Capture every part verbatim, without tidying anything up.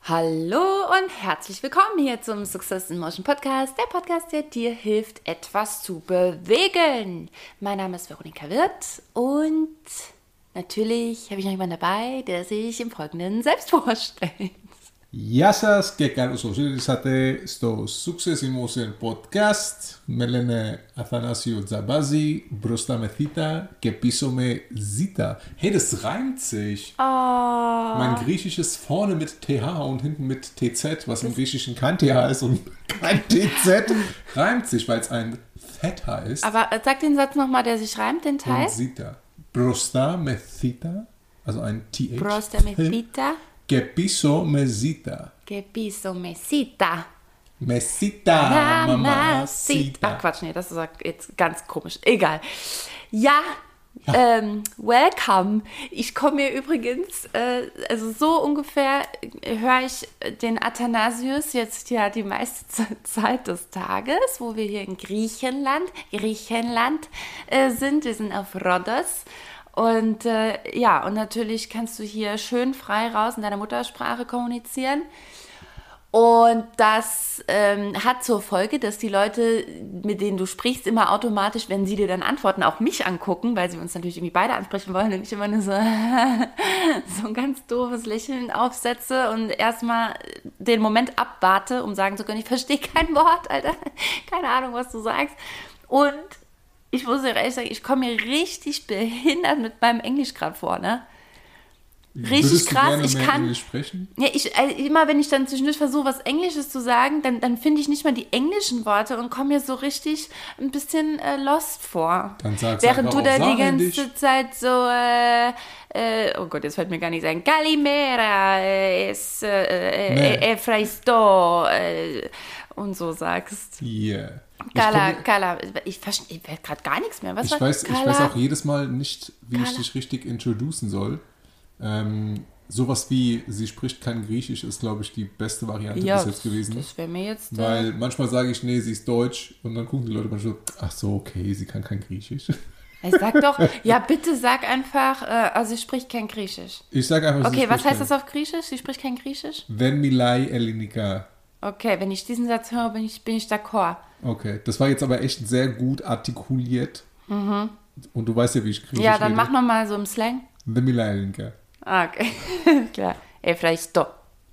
Hallo und herzlich willkommen hier zum Success in Motion Podcast, der Podcast, der dir hilft, etwas zu bewegen. Mein Name ist Veronika Wirth und natürlich habe ich noch jemanden dabei, der sich im Folgenden selbst vorstellt. Γεια σας και καλώς ήρθατε στο Success in Motion Podcast. Με λένε Αθανάσιο Τζαμπάζη, μπροστά με Θήτα και πίσω με Zita. Hey, das reimt sich. Oh. Mein Griechisches vorne mit T H und hinten mit T Z, was im Griechischen kein T H ist und kein T Z, reimt sich, weil es ein Theta ist. Aber sag den Satz nochmal, der sich reimt, den Teil. Und Zita. Μπροστά με Θήτα, also ein T H. Μπροστά με Θήτα. Και πίσω με Zita. Και πίσω με Zita. Mesita, Mamacita. Ach Quatsch, nee, das ist jetzt ganz komisch. Egal. Ja, ja. Ähm, welcome. Ich komme mir übrigens, äh, also so ungefähr höre ich den Athanasius jetzt ja die meiste Zeit des Tages, wo wir hier in Griechenland, Griechenland äh, sind. Wir sind auf Rhodos. Und äh, ja, und natürlich kannst du hier schön frei raus in deiner Muttersprache kommunizieren. Und das ähm, hat zur Folge, dass die Leute, mit denen du sprichst, immer automatisch, wenn sie dir dann antworten, auch mich angucken, weil sie uns natürlich irgendwie beide ansprechen wollen und ich immer nur so, so ein ganz doofes Lächeln aufsetze und erstmal den Moment abwarte, um sagen zu können, ich verstehe kein Wort, Alter, keine Ahnung, was du sagst. Und ich muss dir ehrlich sagen, ich komme mir richtig behindert mit meinem Englisch gerade vor, ne? Richtig Würdest krass. Du gerne ich mehr kann. Englisch sprechen? Ja, ich, also immer wenn ich dann zwischendurch versuche, was Englisches zu sagen, dann, dann finde ich nicht mal die englischen Worte und komme mir so richtig ein bisschen äh, lost vor. Dann sagst Während du da die ganze dich. Zeit so, äh, äh, oh Gott, jetzt fällt mir gar nicht ein, Kalimera, äh, es, äh, äh, Efraisto, äh, und so sagst. Yeah. Kala, ich Kala, ich, verstehe, ich weiß gerade gar nichts mehr. Was ich, war weiß, Kala? ich weiß auch jedes Mal nicht, wie Kala. ich dich richtig introducen soll. Ähm, sowas wie, sie spricht kein Griechisch, ist, glaube ich, die beste Variante ja, bis jetzt gewesen. Das wäre mir jetzt... Weil Äh, manchmal sage ich, nee, sie ist Deutsch und dann gucken die Leute manchmal so, ach so, okay, sie kann kein Griechisch. ich sag doch, ja bitte sag einfach, äh, also sie spricht kein Griechisch. Ich sage einfach, Okay, sie was heißt kein... das auf Griechisch? Sie spricht kein Griechisch? Wenn Milai Elinika. Okay, wenn ich diesen Satz höre, bin ich, bin ich d'accord. Okay, das war jetzt aber echt sehr gut artikuliert. Mhm. Und du weißt ja, wie ich Griechisch Ja, dann rede. mach nochmal so im Slang. Wenn Milai Elinika. Ah, okay. Klar. Efraisto.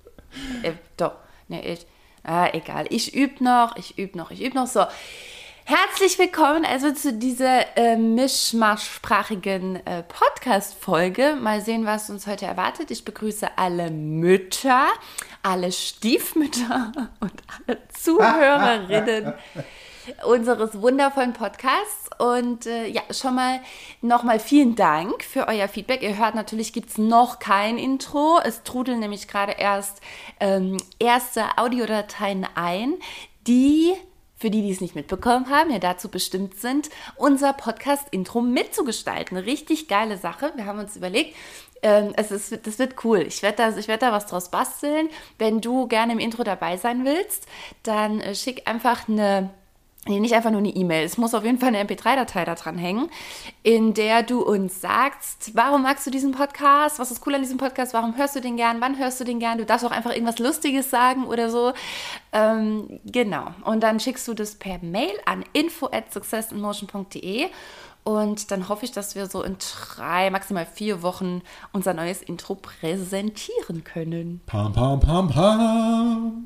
Efto. Ne, ich. Ah, egal. Ich übe noch, ich übe noch, ich übe noch. So. Herzlich willkommen also zu dieser äh, mischmaschsprachigen äh, Podcast-Folge. Mal sehen, was uns heute erwartet. Ich begrüße alle Mütter, alle Stiefmütter und alle Zuhörerinnen unseres wundervollen Podcasts. Und äh, ja, schon mal nochmal vielen Dank für euer Feedback. Ihr hört, natürlich gibt es noch kein Intro. Es trudeln nämlich gerade erst ähm, erste Audiodateien ein, die... für die, die es nicht mitbekommen haben, ja dazu bestimmt sind, unser Podcast-Intro mitzugestalten. Richtig geile Sache. Wir haben uns überlegt, ähm, es ist, das wird cool. Ich werde da, ich werd da was draus basteln. Wenn du gerne im Intro dabei sein willst, dann äh, schick einfach eine... Nee, nicht einfach nur eine E-Mail. Es muss auf jeden Fall eine M P drei Datei da dran hängen, in der du uns sagst, warum magst du diesen Podcast? Was ist cool an diesem Podcast? Warum hörst du den gern? Wann hörst du den gern? Du darfst auch einfach irgendwas Lustiges sagen oder so. Ähm, genau. Und dann schickst du das per Mail an info at success in motion punkt de und dann hoffe ich, dass wir so in drei, maximal vier Wochen unser neues Intro präsentieren können. Pam, pam, pam, pam.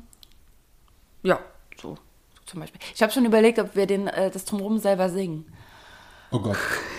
Ja, so. Zum Beispiel. Ich habe schon überlegt, ob wir den, äh, das Drumherum selber singen. Oh Gott.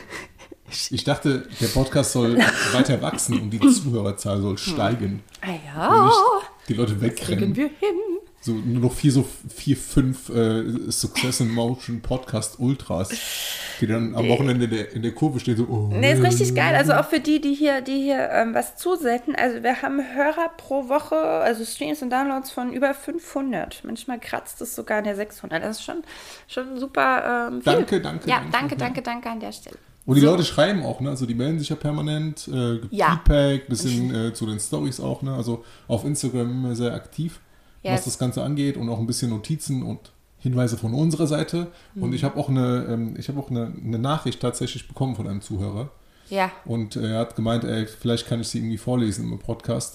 Ich dachte, der Podcast soll weiter wachsen und die Zuhörerzahl soll steigen. Ah Und ja, nicht die Leute kriegen wegrennen. wir hin. So nur noch vier, so vier, fünf äh, Success in Motion Podcast Ultras, die dann am Wochenende in der, in der Kurve stehen so. Oh. Nee, ist richtig geil. Also auch für die, die hier, die hier ähm, was zusenden. Also wir haben Hörer pro Woche, also Streams und Downloads von über fünfhundert. Manchmal kratzt es sogar an der sechshundert. Das ist schon, schon super ähm, viel. Danke, danke. Ja, danke, danke, danke, danke an der Stelle. Und die So. Leute schreiben auch, ne? Also die melden sich ja permanent, äh, gibt Ja. Feedback, bisschen äh, zu den Storys auch, ne? Also auf Instagram immer sehr aktiv, Yes. was das Ganze angeht und auch ein bisschen Notizen und Hinweise von unserer Seite. Mhm. Und ich habe auch eine, ähm, ich habe auch eine, eine Nachricht tatsächlich bekommen von einem Zuhörer. Ja. Und äh, er hat gemeint, ey, vielleicht kann ich sie irgendwie vorlesen im Podcast.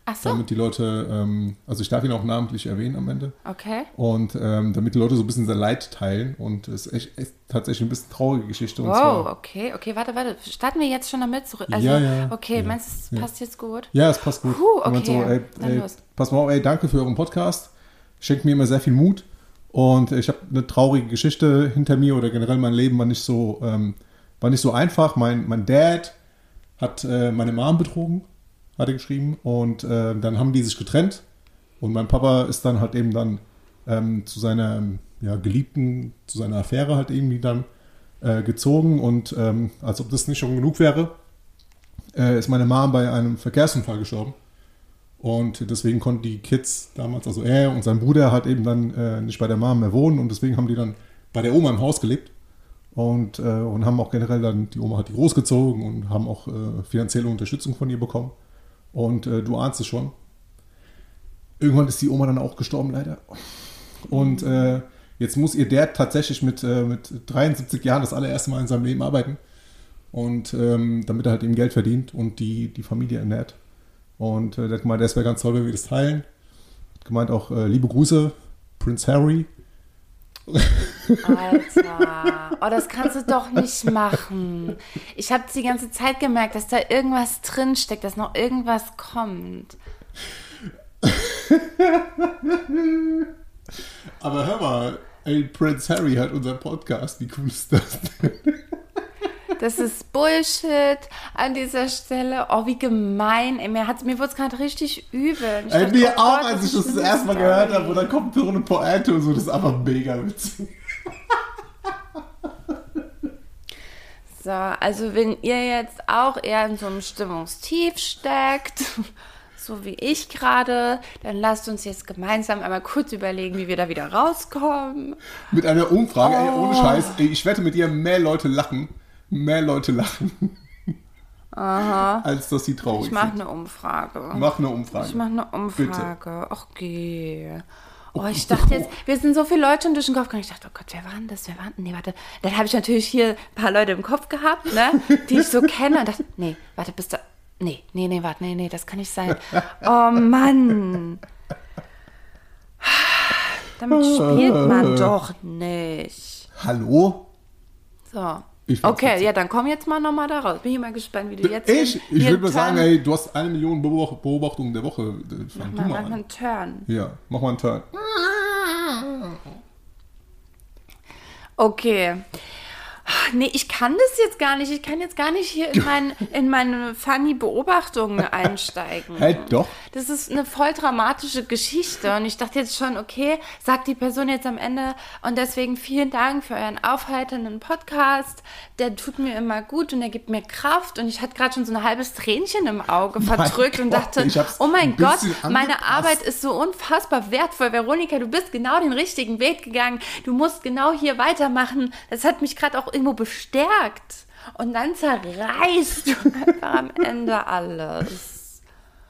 Ach so. Damit die Leute, ähm, also ich darf ihn auch namentlich erwähnen am Ende. Okay. Und ähm, damit die Leute so ein bisschen sein Leid teilen. Und es ist echt, echt tatsächlich ein bisschen traurige Geschichte. Und Wow, zwar, okay, okay, warte, warte. Starten wir jetzt schon damit zurück? Also, ja, ja. Okay, ja, meinst du, es ja. passt jetzt gut? Ja, es passt gut. Puh, Und man okay. so, ey, Dann ey, los. pass mal auf, ey, danke für euren Podcast. Schenkt mir immer sehr viel Mut. Und ich habe eine traurige Geschichte hinter mir oder generell mein Leben war nicht so, ähm, war nicht so einfach. Mein, mein Dad hat äh, meine Mom betrogen, hat er geschrieben. Und äh, dann haben die sich getrennt. Und mein Papa ist dann halt eben dann ähm, zu seiner ja, Geliebten, zu seiner Affäre halt irgendwie dann äh, gezogen. Und ähm, als ob das nicht schon genug wäre, äh, ist meine Mom bei einem Verkehrsunfall gestorben. Und deswegen konnten die Kids damals, also er und sein Bruder, halt eben dann äh, nicht bei der Mom mehr wohnen. Und deswegen haben die dann bei der Oma im Haus gelebt. Und, äh, und haben auch generell dann, die Oma hat die großgezogen und haben auch äh, finanzielle Unterstützung von ihr bekommen. Und äh, du ahnst es schon. Irgendwann ist die Oma dann auch gestorben, leider. Und äh, jetzt muss ihr Dad tatsächlich mit, äh, mit dreiundsiebzig Jahren das allererste Mal in seinem Leben arbeiten. Und ähm, damit er halt eben Geld verdient und die, die Familie ernährt. Und äh, der hat gemeint, das wäre ganz toll, wenn wir das teilen. Hat gemeint auch, äh, liebe Grüße, Prince Harry. Alter, oh, das kannst du doch nicht machen. Ich habe die ganze Zeit gemerkt, dass da irgendwas drinsteckt, dass noch irgendwas kommt. Aber hör mal, ey, Prince Harry hat unseren Podcast, wie cool ist das denn? Das ist Bullshit an dieser Stelle. Oh, wie gemein. Ey, mir, mir wurde es gerade richtig übel. Ich Ey, dachte, mir oh auch, Gott, als ich ist das das eine erste Mal Story. gehört habe, und dann kommt so eine Pointe und so, das ist einfach mega witzig. So, also wenn ihr jetzt auch eher in so einem Stimmungstief steckt, so wie ich gerade, dann lasst uns jetzt gemeinsam einmal kurz überlegen, wie wir da wieder rauskommen. Mit einer Umfrage, ey, ohne Oh. Scheiß, ey, ich wette mit dir, mehr Leute lachen, mehr Leute lachen, Aha. als dass sie traurig Ich mache sind. eine Umfrage. Mach eine Umfrage. Ich mache eine Umfrage. Ach, geh. Oh, ich dachte jetzt, wir sind so viele Leute durch den Kopf gegangen. Ich dachte, oh Gott, wer waren das? Wer waren? Nee, warte. Dann habe ich natürlich hier ein paar Leute im Kopf gehabt, ne, die ich so kenne und dachte, nee, warte, bis da. Nee, nee, nee, warte, nee, nee, das kann nicht sein. Oh Mann. Damit spielt man doch nicht. Hallo? So. Ich fand's Okay, witzig. ja, dann komm jetzt mal nochmal da raus. Bin ich mal gespannt, wie du jetzt. Ich, den- ich hier würde mal sagen, Turn- ey, du hast eine Million Beobacht- Beobachtungen der Woche. Fang du Mach mal mal an. einen Turn. Ja, mach mal einen Turn. Okay. Nee, ich kann das jetzt gar nicht. Ich kann jetzt gar nicht hier in, mein, in meine funny Beobachtungen einsteigen. Halt doch. Das ist eine voll dramatische Geschichte und ich dachte jetzt schon, okay, sagt die Person jetzt am Ende und deswegen vielen Dank für euren aufheiternden Podcast. Der tut mir immer gut und der gibt mir Kraft und ich hatte gerade schon so ein halbes Tränchen im Auge verdrückt und Gott, dachte, ich hab's oh mein ein Gott, bisschen meine angepasst. Arbeit ist so unfassbar wertvoll. Veronika, du bist genau den richtigen Weg gegangen. Du musst genau hier weitermachen. Das hat mich gerade auch irgendwo bestärkt. Und dann zerreißt du einfach am Ende alles.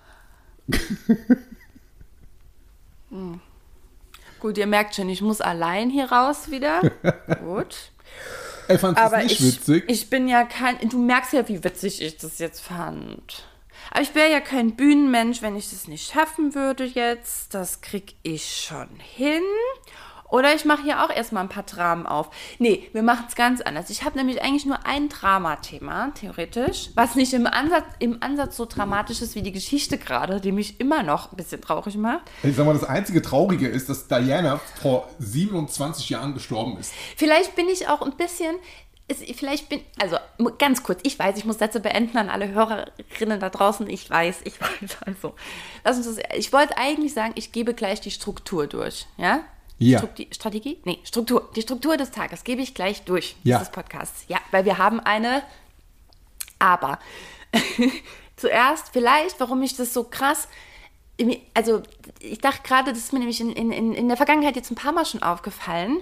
Hm. Gut, ihr merkt schon, ich muss allein hier raus wieder. Gut. Ey, fandest du Aber das nicht ich, witzig? ich bin ja kein, du merkst ja, wie witzig ich das jetzt fand. Aber ich wäre ja kein Bühnenmensch, wenn ich das nicht schaffen würde jetzt. Das krieg ich schon hin. Oder ich mache hier auch erstmal ein paar Dramen auf. Nee, wir machen es ganz anders. Ich habe nämlich eigentlich nur ein Dramathema, theoretisch, was nicht im Ansatz, im Ansatz so dramatisch ist wie die Geschichte gerade, die mich immer noch ein bisschen traurig macht. Ich sag mal, das einzige Traurige ist, dass Diana vor siebenundzwanzig Jahren gestorben ist. Vielleicht bin ich auch ein bisschen, ist, vielleicht bin, also ganz kurz, ich weiß, ich muss Sätze beenden an alle Hörerinnen da draußen, ich weiß, ich weiß, also, lass uns das, ich wollte eigentlich sagen, ich gebe gleich die Struktur durch, ja? Ja. Strukti- Strategie? Nee, Struktur. Die Struktur des Tages gebe ich gleich durch, Ja. dieses Podcasts. Ja, weil wir haben eine, aber zuerst vielleicht, warum ich das so krass, also ich dachte gerade, das ist mir nämlich in, in, in der Vergangenheit jetzt ein paar Mal schon aufgefallen,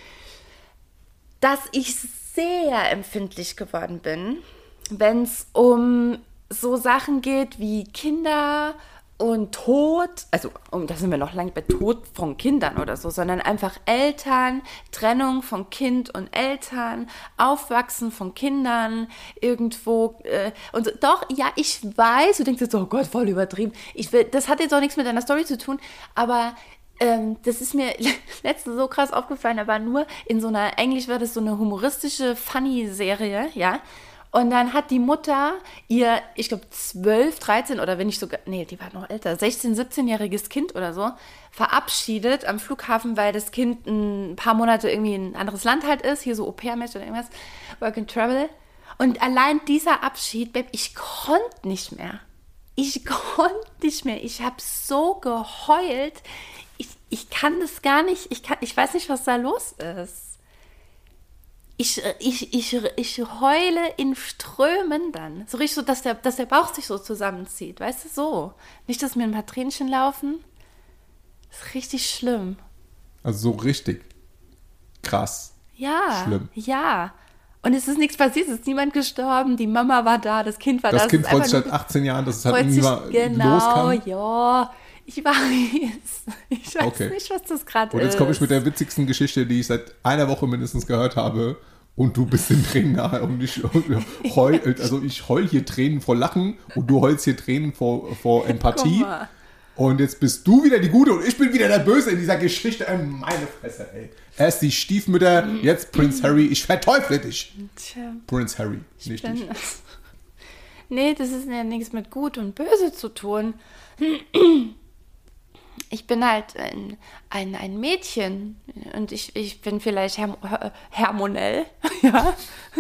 dass ich sehr empfindlich geworden bin, wenn es um so Sachen geht wie Kinder und Tod, also um, da sind wir noch lange bei Tod von Kindern oder so, sondern einfach Eltern, Trennung von Kind und Eltern, Aufwachsen von Kindern, irgendwo, äh, und so. Doch, ja, ich weiß, du denkst jetzt, oh Gott, voll übertrieben. Ich will, das hat jetzt auch nichts mit deiner Story zu tun, aber ähm, das ist mir letztens so krass aufgefallen, aber nur in so einer, eigentlich war das so eine humoristische, funny Serie, ja. Und dann hat die Mutter ihr, ich glaube, zwölf, dreizehn oder wenn nicht sogar, nee, die war noch älter, sechzehn-, siebzehnjähriges Kind oder so, verabschiedet am Flughafen, weil das Kind ein paar Monate irgendwie in ein anderes Land halt ist, hier so Au-pair-mäßig oder irgendwas, Work and Travel. Und allein dieser Abschied, Babe, ich konnte nicht mehr. Ich konnte nicht mehr. Ich habe so geheult. Ich, ich kann das gar nicht, ich, kann, ich weiß nicht, was da los ist. Ich, ich, ich, ich heule in Strömen dann. So richtig so, dass der, dass der Bauch sich so zusammenzieht. Weißt du, so. Nicht, dass mir ein paar Tränchen laufen. Das ist richtig schlimm. Also so richtig krass. Ja. Schlimm. Ja. Und es ist nichts passiert, es ist niemand gestorben, die Mama war da, das Kind war das da. Das Kind freut freut sich seit achtzehn Jahren, dass es halt freut irgendwie sich, mal genau, loskam. Ja, ich weiß. Ich weiß Okay. nicht, was das gerade ist. Und jetzt komme ich mit der witzigsten Geschichte, die ich seit einer Woche mindestens gehört habe. Und du bist in Tränen nahe und ich heul, also ich heul hier Tränen vor Lachen und du heulst hier Tränen vor, vor Empathie. Guck mal. Und jetzt bist du wieder die Gute und ich bin wieder der Böse in dieser Geschichte. Äh, meine Fresse, ey. Erst die Stiefmütter, jetzt Prinz Harry. Ich verteufle dich. Tja. Prinz Harry, nicht bin, dich. Nee, das ist ja nichts mit Gut und Böse zu tun. Ich bin halt ein, ein, ein Mädchen und ich, ich bin vielleicht herm, hormonell, ja.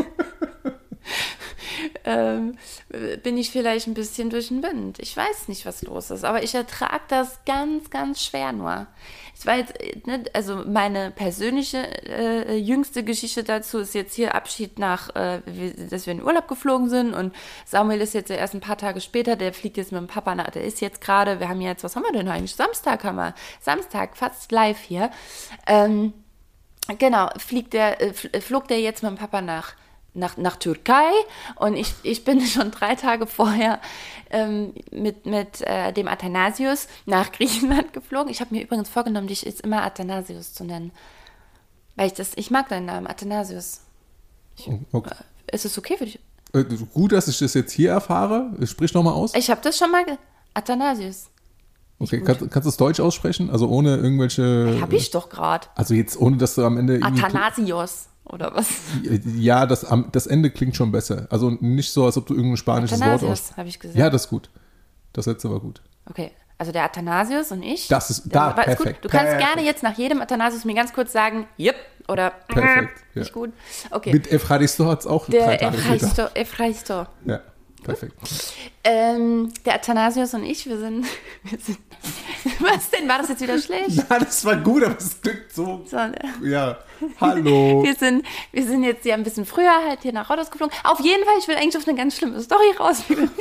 ähm, bin ich vielleicht ein bisschen durch den Wind. Ich weiß nicht, was los ist, aber ich ertrage das ganz, ganz schwer nur. Ich war jetzt, ne, also meine persönliche äh, jüngste Geschichte dazu ist jetzt hier Abschied nach, äh, dass wir in den Urlaub geflogen sind und Samuel ist jetzt erst ein paar Tage später, der fliegt jetzt mit dem Papa nach, der ist jetzt gerade, wir haben jetzt, was haben wir denn eigentlich? Samstag haben wir, Samstag, fast live hier. Ähm, genau, fliegt der, äh, flog der jetzt mit dem Papa nach Nach, nach Türkei und ich, ich bin schon drei Tage vorher ähm, mit, mit äh, dem Athanasius nach Griechenland geflogen. Ich habe mir übrigens vorgenommen, dich jetzt immer Athanasius zu nennen. Weil ich das, ich mag deinen Namen, Athanasius. Ich, Okay. äh, ist es okay für dich? Äh, Gut, dass ich das jetzt hier erfahre. Sprich nochmal aus. Ich habe das schon mal, ge- Athanasius. Okay, kann, kannst du es Deutsch aussprechen? Also ohne irgendwelche... Hab ich doch gerade. Also jetzt ohne, dass du am Ende... irgendwie- Athanasios oder was? Ja, das, am- das Ende klingt schon besser. Also nicht so, als ob du irgendein spanisches Wort aus... Athanasius, habe ich gesagt. Ja, das ist gut. Das letzte war gut. Okay, also der Athanasius und ich. Das ist- da, aber ist perfekt, Gut. Du kannst perfekt. gerne jetzt nach jedem Athanasius mir ganz kurz sagen, yep, oder Perfekt, ja. nicht gut. Okay. Mit Efradisto hat es auch drei Der Tage später. Ephreisto, Ephreisto. Ja, perfekt. Ähm, der Athanasius und ich, wir sind, wir sind. Was denn? War das jetzt wieder schlecht? Ja, das war gut, aber es klingt so... So, ne? Ja, hallo. Wir sind, wir sind jetzt ja ein bisschen früher halt hier nach Rodos geflogen. Auf jeden Fall, ich will eigentlich auf eine ganz schlimme Story raus.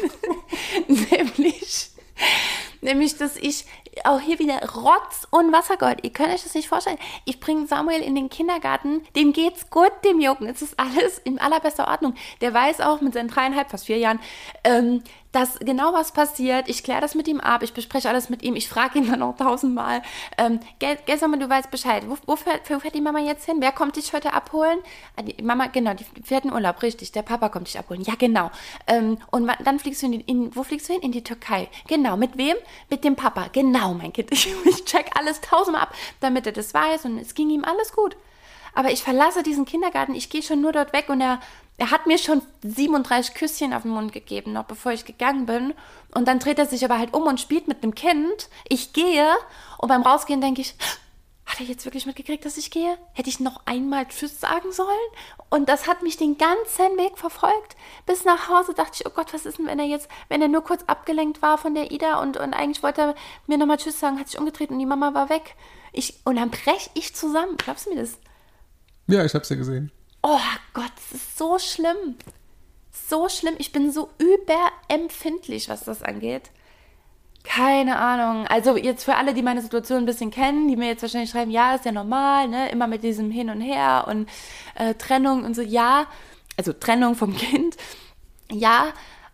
nämlich, nämlich, dass ich auch hier wieder Rotz und Wassergold. Ihr könnt euch das nicht vorstellen. Ich bringe Samuel in den Kindergarten. Dem geht's gut, dem Jungen. Es ist alles in allerbester Ordnung. Der weiß auch mit seinen dreieinhalb, fast vier Jahren, ähm, dass genau was passiert. Ich kläre das mit ihm ab. Ich bespreche alles mit ihm. Ich frage ihn dann auch tausendmal. Ähm, gell, gell, Samuel, du weißt Bescheid. Wo, wo, fährt, wo fährt die Mama jetzt hin? Wer kommt dich heute abholen? Ah, die Mama, genau, die fährt in Urlaub, richtig. Der Papa kommt dich abholen. Ja, genau. Ähm, und wa- dann fliegst du in, die, in, wo fliegst du hin? In die Türkei. Genau. Mit wem? Mit dem Papa. Genau, mein Kind. Ich, ich check alles tausendmal ab, damit er das weiß. Und es ging ihm alles gut. Aber ich verlasse diesen Kindergarten. Ich gehe schon nur dort weg und er... Er hat mir schon siebenunddreißig Küsschen auf den Mund gegeben, noch bevor ich gegangen bin. Und dann dreht er sich aber halt um und spielt mit dem Kind. Ich gehe und beim Rausgehen denke ich, hat er jetzt wirklich mitgekriegt, dass ich gehe? Hätte ich noch einmal Tschüss sagen sollen? Und das hat mich den ganzen Weg verfolgt. Bis nach Hause dachte ich, oh Gott, was ist denn, wenn er jetzt, wenn er nur kurz abgelenkt war von der Ida und, und eigentlich wollte er mir nochmal Tschüss sagen, hat sich umgedreht und die Mama war weg. Ich, und dann brech ich zusammen. Glaubst du mir das? Ja, ich hab's ja gesehen. Oh Gott, das ist so schlimm. So schlimm. Ich bin so überempfindlich, was das angeht. Keine Ahnung. Also jetzt für alle, die meine Situation ein bisschen kennen, die mir jetzt wahrscheinlich schreiben, ja, ist ja normal, ne? Immer mit diesem Hin und Her und äh, Trennung und so. Ja, also Trennung vom Kind. Ja,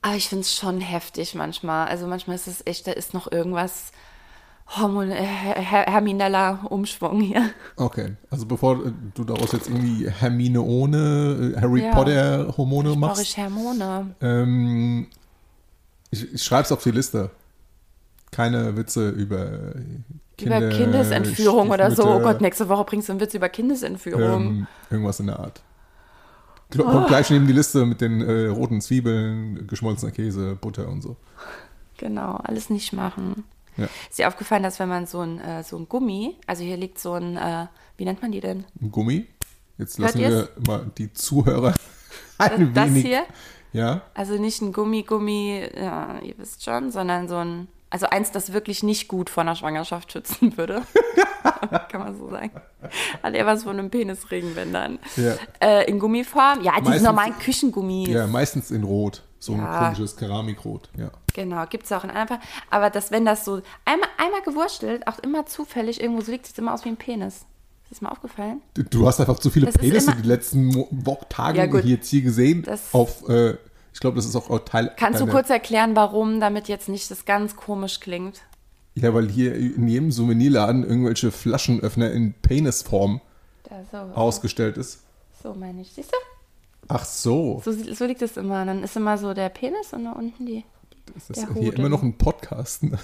Aber ich finde es schon heftig manchmal. Also manchmal ist es echt, da ist noch irgendwas Hormon, äh, her- hermineller Umschwung hier. Okay, also bevor du daraus jetzt irgendwie Hermine ohne Harry Ja. Potter Hormone Brauche machst, ich Hormone. ähm, ich, ich schreibe es auf die Liste. Keine Witze über Kinder, Über Kindesentführung oder so. Oh Stiefmütter, Gott, nächste Woche bringst du einen Witz über Kindesentführung. ähm, irgendwas in der Art. Gl- Kommt gleich neben die Liste mit den äh, roten Zwiebeln, geschmolzener Käse, Butter und so. Genau, alles nicht machen. Ja. Ist dir aufgefallen, dass wenn man so ein, äh, so ein Gummi, also hier liegt so ein, äh, wie nennt man die denn? Ein Gummi. Jetzt Hört lassen wir ihr's? mal die Zuhörer ein Das wenig. hier? Ja, Also nicht ein Gummi, Gummi, ja, ihr wisst schon, sondern so ein, also eins, das wirklich nicht gut vor einer Schwangerschaft schützen würde. Kann man so sagen. Hat eher was von einem Penisring, wenn dann. Ja. Äh, in Gummiform. Ja, diese Meistens- normalen Küchengummis. ja, meistens in Rot. So ein Ja. komisches Keramikrot. Ja. Genau, gibt es auch in einfach. Aber das, wenn das so einmal, einmal gewurstelt, auch immer zufällig irgendwo so liegt, sieht es immer aus wie ein Penis. Ist das mal aufgefallen? Du, du hast einfach zu viele Das ist Penisse immer- die letzten Mo- Wo- Tage Ja, gut. hier jetzt hier gesehen. Das- auf, äh, ich glaube, das ist auch Teil. Kannst du deiner- kurz erklären, warum, damit jetzt nicht das ganz komisch klingt? Ja, weil hier in jedem Souvenirladen irgendwelche Flaschenöffner in Penisform Da, so, ausgestellt ist. so meine ich. Siehst du? Ach so. So, so liegt es immer. Dann ist immer so der Penis und da unten die. Das ist der hier Hoden. immer noch ein Podcast. Ne?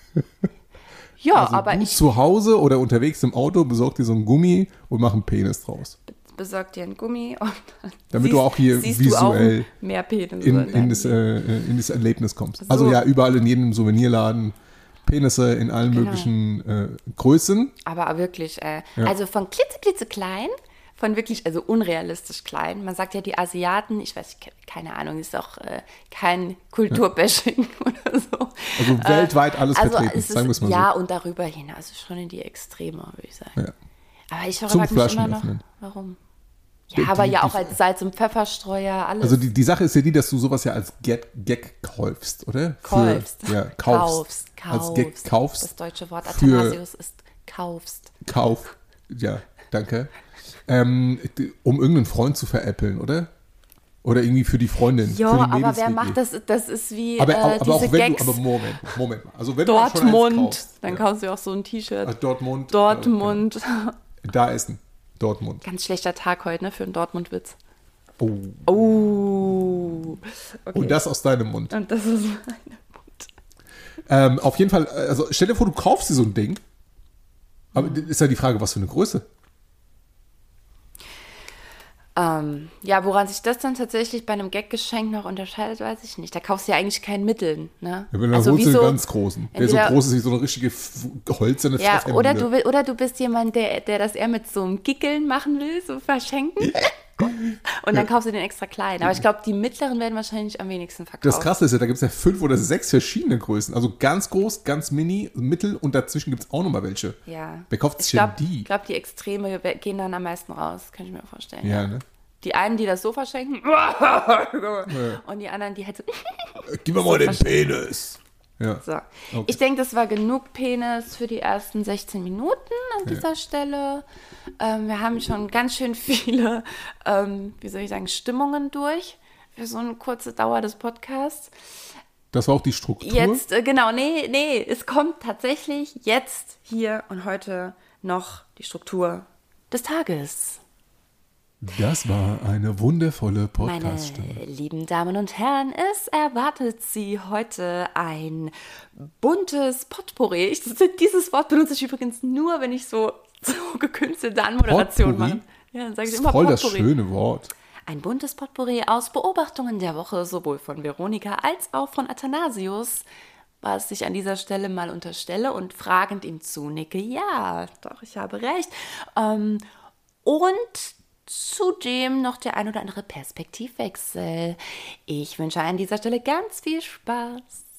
Ja, Also aber du ich zu Hause oder unterwegs im Auto besorg dir so einen Gummi und mach einen Penis draus. besorge dir einen Gummi und dann Damit siehst, du auch hier siehst visuell du auch mehr Penis. In, in, das, äh, in das Erlebnis kommst. Also So. ja, überall in jedem Souvenirladen Penisse in allen Genau. möglichen äh, Größen. Aber wirklich, äh, Ja. also von klitze, klitze klein, von wirklich, also unrealistisch klein. Man sagt ja, die Asiaten, ich weiß, ke- keine Ahnung, ist auch äh, kein Kulturbashing oder so. Also weltweit alles Also vertreten, es ist, sagen wir es mal ja, und darüber hinaus schon in die Extreme, würde ich sagen. so. Ja. Aber ich Zum frage mich immer noch, Flaschenöffnen. warum? Die- Ja, aber die- ja die- auch als Salz- und Pfefferstreuer, alles. Also die, die Sache ist ja die, dass du sowas ja als Gag, Gag kaufst, oder? Kaufst. Für, ja, kaufst. Kaufst, Als Gag kaufst. kaufst. Das deutsche Wort für- Athanasius ist kaufst. Kauf. Ja, danke. Ähm, d- um irgendeinen Freund zu veräppeln, oder? Oder irgendwie für die Freundin. Ja, für die aber wer Mädels-W G. macht das? Das ist wie Aber, äh, aber, diese auch wenn Gags. du, aber Moment, Moment mal. Also wenn du schon eins Dortmund. kaufst, Dann ja. kaufst du auch so ein T-Shirt. Also Dortmund. Dortmund. Äh, da ist ein Dortmund. Ganz schlechter Tag heute, ne, für einen Dortmund-Witz. Oh. Oh. Okay. Und das aus deinem Mund. Und das ist meine Mund. Ähm, auf jeden Fall, also stell dir vor, du kaufst dir so ein Ding. Aber ist ja die Frage, was für eine Größe? Ähm, ja, woran sich das dann tatsächlich bei einem Gaggeschenk noch unterscheidet, weiß ich nicht. Da kaufst du ja eigentlich keinen Mitteln, ne? Ja, wenn du also holst wie du den so, ganz großen. Der so entweder- groß ist wie so eine richtige f- holzerne ja, Pfeffermühle. oder du, will, oder du bist jemand, der, der das eher mit so einem Gickeln machen will, so verschenken. Und dann kaufst du den extra klein. Aber ich glaube, die mittleren werden wahrscheinlich am wenigsten verkauft. Das Krasse ist ja, da gibt es ja fünf oder sechs verschiedene Größen. Also ganz groß, ganz mini, mittel und dazwischen gibt es auch nochmal welche. Ja. Wer kauft Ich sich denn glaube, die? glaub, die Extreme gehen dann am meisten raus, kann ich mir vorstellen. Ja, ne? Die einen, die das so verschenken, und die anderen, die halt so. Gib mir mal den Penis. Ja. So. Okay. Ich denke, das war genug Penis für die ersten sechzehn Minuten an dieser Stelle. Ähm, wir haben schon ganz schön viele, ähm, wie soll ich sagen, Stimmungen durch für so eine kurze Dauer des Podcasts. Das war auch die Struktur. Jetzt, äh, genau, nee, nee, es kommt tatsächlich jetzt, hier und heute noch die Struktur des Tages. Das war eine wundervolle Meine Podcast-Stimme. lieben Damen und Herren, es erwartet Sie heute ein buntes Potpourri. Ich, dieses Wort benutze ich übrigens nur, wenn ich so, so gekünstelte Anmoderation Potpourri? mache. Ja, dann sage Das ich ist immer voll das Potpourri. schöne Wort. Ein buntes Potpourri aus Beobachtungen der Woche, sowohl von Veronika als auch von Athanasius, was ich an dieser Stelle mal unterstelle und fragend ihm zunicke. Ja, doch, ich habe recht. Ähm, und zudem noch der ein oder andere Perspektivwechsel. Ich wünsche an dieser Stelle ganz viel Spaß.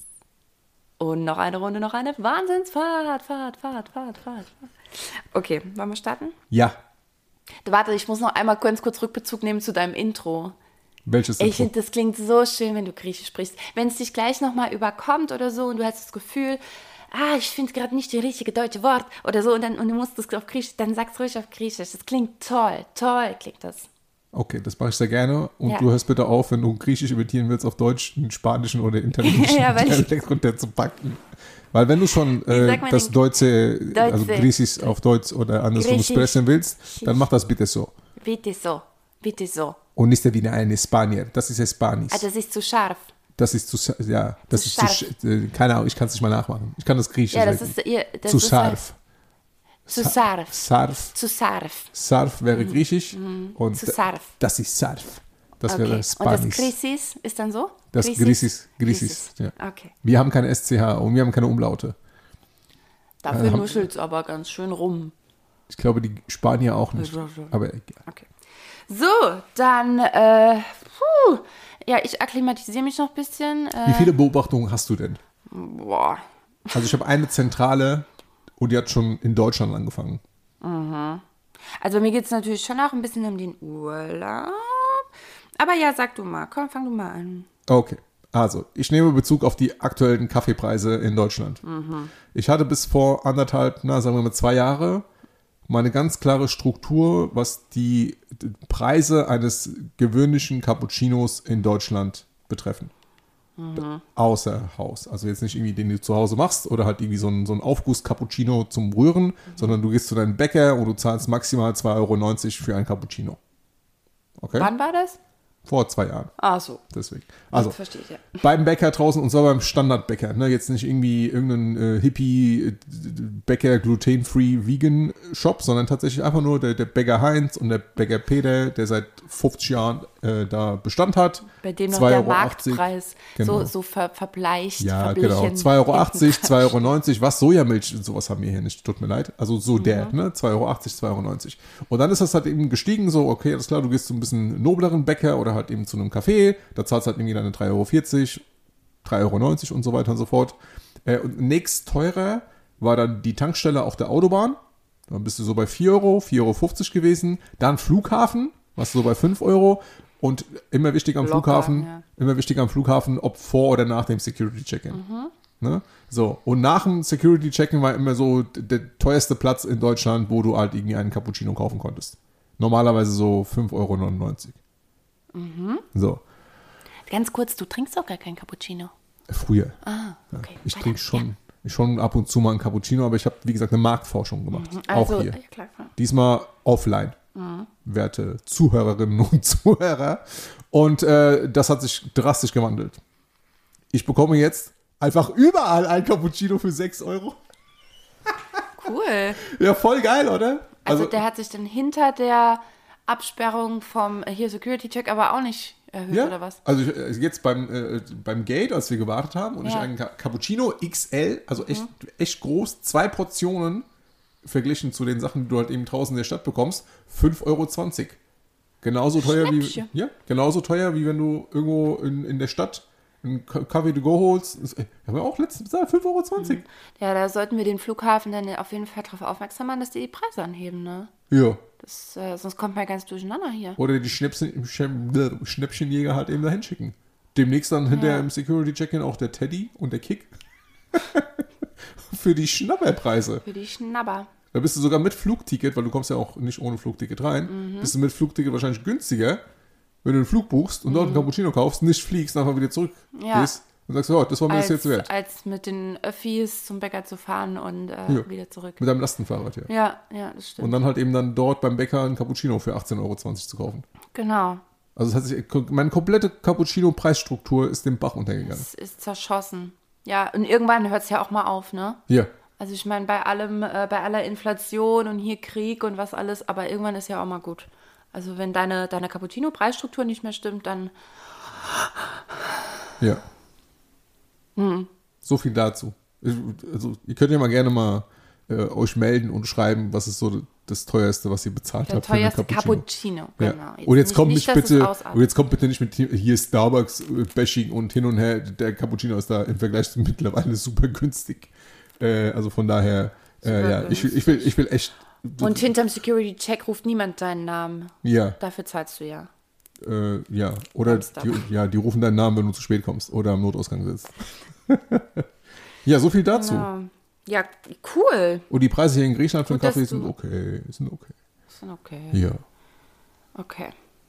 Und noch eine Runde, noch eine Wahnsinnsfahrt, Fahrt, Fahrt, Fahrt, Fahrt. Okay, wollen wir starten? Ja. Warte, ich muss noch einmal ganz kurz Rückbezug nehmen zu deinem Intro. Welches Ich Intro? finde, das klingt so schön, wenn du Griechisch sprichst. Wenn es dich gleich nochmal überkommt oder so und du hast das Gefühl, ah, ich finde gerade nicht das richtige deutsche Wort oder so und, dann, und du musst das auf Griechisch, dann sag's ruhig auf Griechisch. Das klingt toll, toll klingt das. Okay, das mache ich sehr gerne. Und Ja. du hörst bitte auf, wenn du Griechisch imitieren willst, auf Deutsch, einen spanischen oder italienischen Ja, weil ich- Dialekt runterzupacken. Weil wenn du schon äh, sagt man das denn? Deutsche, also Deutsche. Griechisch auf Deutsch oder andersrum Griechisch. sprechen willst, dann mach das bitte so. Bitte so, bitte so. Und nicht wie ein Spanier. Das ist Spanisch. Ah, das ist zu scharf. Das ist zu, sch- ja, das Zu ist scharf. zu, sch- äh, keine Ahnung, ich kann es nicht mal nachmachen. Ich kann das Griechisch Ja, das sagen. ist ihr. Das Zu ist scharf. Zu scharf. Sarf. Zu scharf. Sarf wäre Griechisch und Zu scharf. das ist Sarf. Das Okay. wäre Und das Spanisch. Krisis ist dann so? Das Krisis? Grisis, Grisis, ja. Okay. Wir haben keine S C H und wir haben keine Umlaute. Dafür haben- nuschelt es aber ganz schön rum. Ich glaube, die Spanier auch nicht. Ja, ja. Aber egal. Okay. So, dann, äh, puh, ja, ich akklimatisiere mich noch ein bisschen. Äh, Wie viele Beobachtungen hast du denn? boah. Also ich habe eine zentrale und die hat schon in Deutschland angefangen. Also mir geht es natürlich schon auch ein bisschen um den Urlaub. Aber ja, sag du mal. Komm, fang du mal an. Okay, also ich nehme Bezug auf die aktuellen Kaffeepreise in Deutschland. Ich hatte bis vor anderthalb, na sagen wir mal zwei Jahre, mal eine ganz klare Struktur, was die d- Preise eines gewöhnlichen Cappuccinos in Deutschland betreffen. Außer Haus. Also jetzt nicht irgendwie, den du zu Hause machst oder halt irgendwie so ein, so ein Aufguss-Cappuccino zum Rühren, sondern du gehst zu deinem Bäcker und du zahlst maximal zwei Euro neunzig für ein Cappuccino. Okay? Wann war das? Vor zwei Jahren. Ach so. Deswegen. Also, Das verstehe ich, ja. beim Bäcker draußen und zwar beim Standardbäcker. Ne? Jetzt nicht irgendwie irgendein äh, Hippie-Bäcker, gluten-free, vegan Shop, sondern tatsächlich einfach nur der, der Bäcker Heinz und der Bäcker Peter, der seit fünfzig Jahren äh, da Bestand hat. Bei dem noch zwei der Euro achtzig. Marktpreis Genau. so, so ver, verbleicht, Ja, verblichen. genau. zwei Euro achtzig, zwei Euro neunzig. Was? Sojamilch? Sowas haben wir hier nicht. Tut mir leid. Also so der, ne? zwei Euro achtzig, zwei Euro neunzig. Und dann ist das halt eben gestiegen, so, okay, alles klar, du gehst zu ein bisschen nobleren Bäcker oder halt eben zu einem Café. Da zahlst du halt irgendwie deine drei Euro vierzig, drei Euro neunzig und so weiter und so fort. Äh, und nächst teurer war dann die Tankstelle auf der Autobahn. Dann bist du so bei vier Euro, vier Euro fünfzig gewesen. Dann Flughafen, warst du so bei fünf Euro. Und immer wichtig am Locker, Flughafen, ja. immer wichtig am Flughafen, ob vor oder nach dem Security-Check-In. Ne? So, und nach dem Security-Check-In war immer so d- der teuerste Platz in Deutschland, wo du halt irgendwie einen Cappuccino kaufen konntest. Normalerweise so fünf Euro neunundneunzig. So, Ganz kurz, du trinkst auch gar keinen Cappuccino. früher. Ah, okay. Ich Weiter. trinke schon, schon ab und zu mal einen Cappuccino, aber ich habe, wie gesagt, eine Marktforschung gemacht. Also, auch hier. ja, klar, klar. Diesmal offline. Werte Zuhörerinnen und Zuhörer. Und äh, das hat sich drastisch gewandelt. Ich bekomme jetzt einfach überall ein Cappuccino für sechs Euro. Cool. Ja, voll geil, oder? Also, der hat sich dann hinter der Absperrung vom äh, hier Security-Check aber auch nicht erhöht, ja, oder was? also ich, äh, jetzt beim, äh, beim Gate, als wir gewartet haben und ich Ja. einen Ca- Cappuccino X L, also echt, echt groß, zwei Portionen verglichen zu den Sachen, die du halt eben draußen in der Stadt bekommst, fünf Euro zwanzig. Genauso teuer wie, Schnäppchen. ja, genauso teuer, wie wenn du irgendwo in, in der Stadt einen Ka- Kaffee to go holst. Das, äh, haben wir auch letztens bezahlt, fünf Euro zwanzig. Ja, da sollten wir den Flughafen dann auf jeden Fall darauf aufmerksam machen, dass die die Preise anheben, ne? Ja. Das, äh, sonst kommt man ja ganz durcheinander hier. Oder die Schnäppchen, Schnäpp- Schnäppchenjäger halt eben dahin schicken. Demnächst dann hinterher im Security-Check-In auch der Teddy und der Kick. Für die Schnapperpreise. Für die Schnabber. Da bist du sogar mit Flugticket, weil du kommst ja auch nicht ohne Flugticket rein, bist du mit Flugticket wahrscheinlich günstiger, wenn du einen Flug buchst und dort einen Cappuccino kaufst, nicht fliegst, einfach wieder zurück Ja. gehst und sagst, oh, das war mir das Als, jetzt wert. als mit den Öffis zum Bäcker zu fahren und äh, Ja. wieder zurück. Mit deinem Lastenfahrrad, ja. Ja, ja, das stimmt. Und dann halt eben dann dort beim Bäcker einen Cappuccino für achtzehn Euro zwanzig zu kaufen. Genau. Also das heißt, meine komplette Cappuccino-Preisstruktur ist dem Bach untergegangen. Es ist zerschossen. Ja, und irgendwann hört es ja auch mal auf, ne? Ja. Also ich meine, bei allem, äh, bei aller Inflation und hier Krieg und was alles, aber irgendwann ist ja auch mal gut. Also wenn deine, deine Cappuccino-Preisstruktur nicht mehr stimmt, dann Ja. Hm. So viel dazu. Ich- Also, ihr könnt ja mal gerne mal äh, euch melden und schreiben, was ist so das teuerste, was ihr bezahlt der habt für einen teuerste Cappuccino. Ja. Genau. Und jetzt nicht- kommt nicht, nicht, dass es bitte, ausartet. und jetzt kommt bitte nicht mit hier- hier Starbucks-Bashing und hin und her. Der Cappuccino ist da im Vergleich zu mittlerweile super günstig. Äh, also von daher, äh, Super ja, ich will, ich will, ich will echt. Und hinterm Security-Check ruft niemand deinen Namen. Ja, Dafür zahlst du ja. äh, ja. Oder Samstag. die, ja, die rufen deinen Namen, wenn du zu spät kommst oder am Notausgang sitzt. Ja, so viel dazu. Ja, ja cool. Und die Preise hier in Griechenland für einen Gut, dass Kaffee du- sind okay, sind okay. Ist dann okay. Ja. Okay.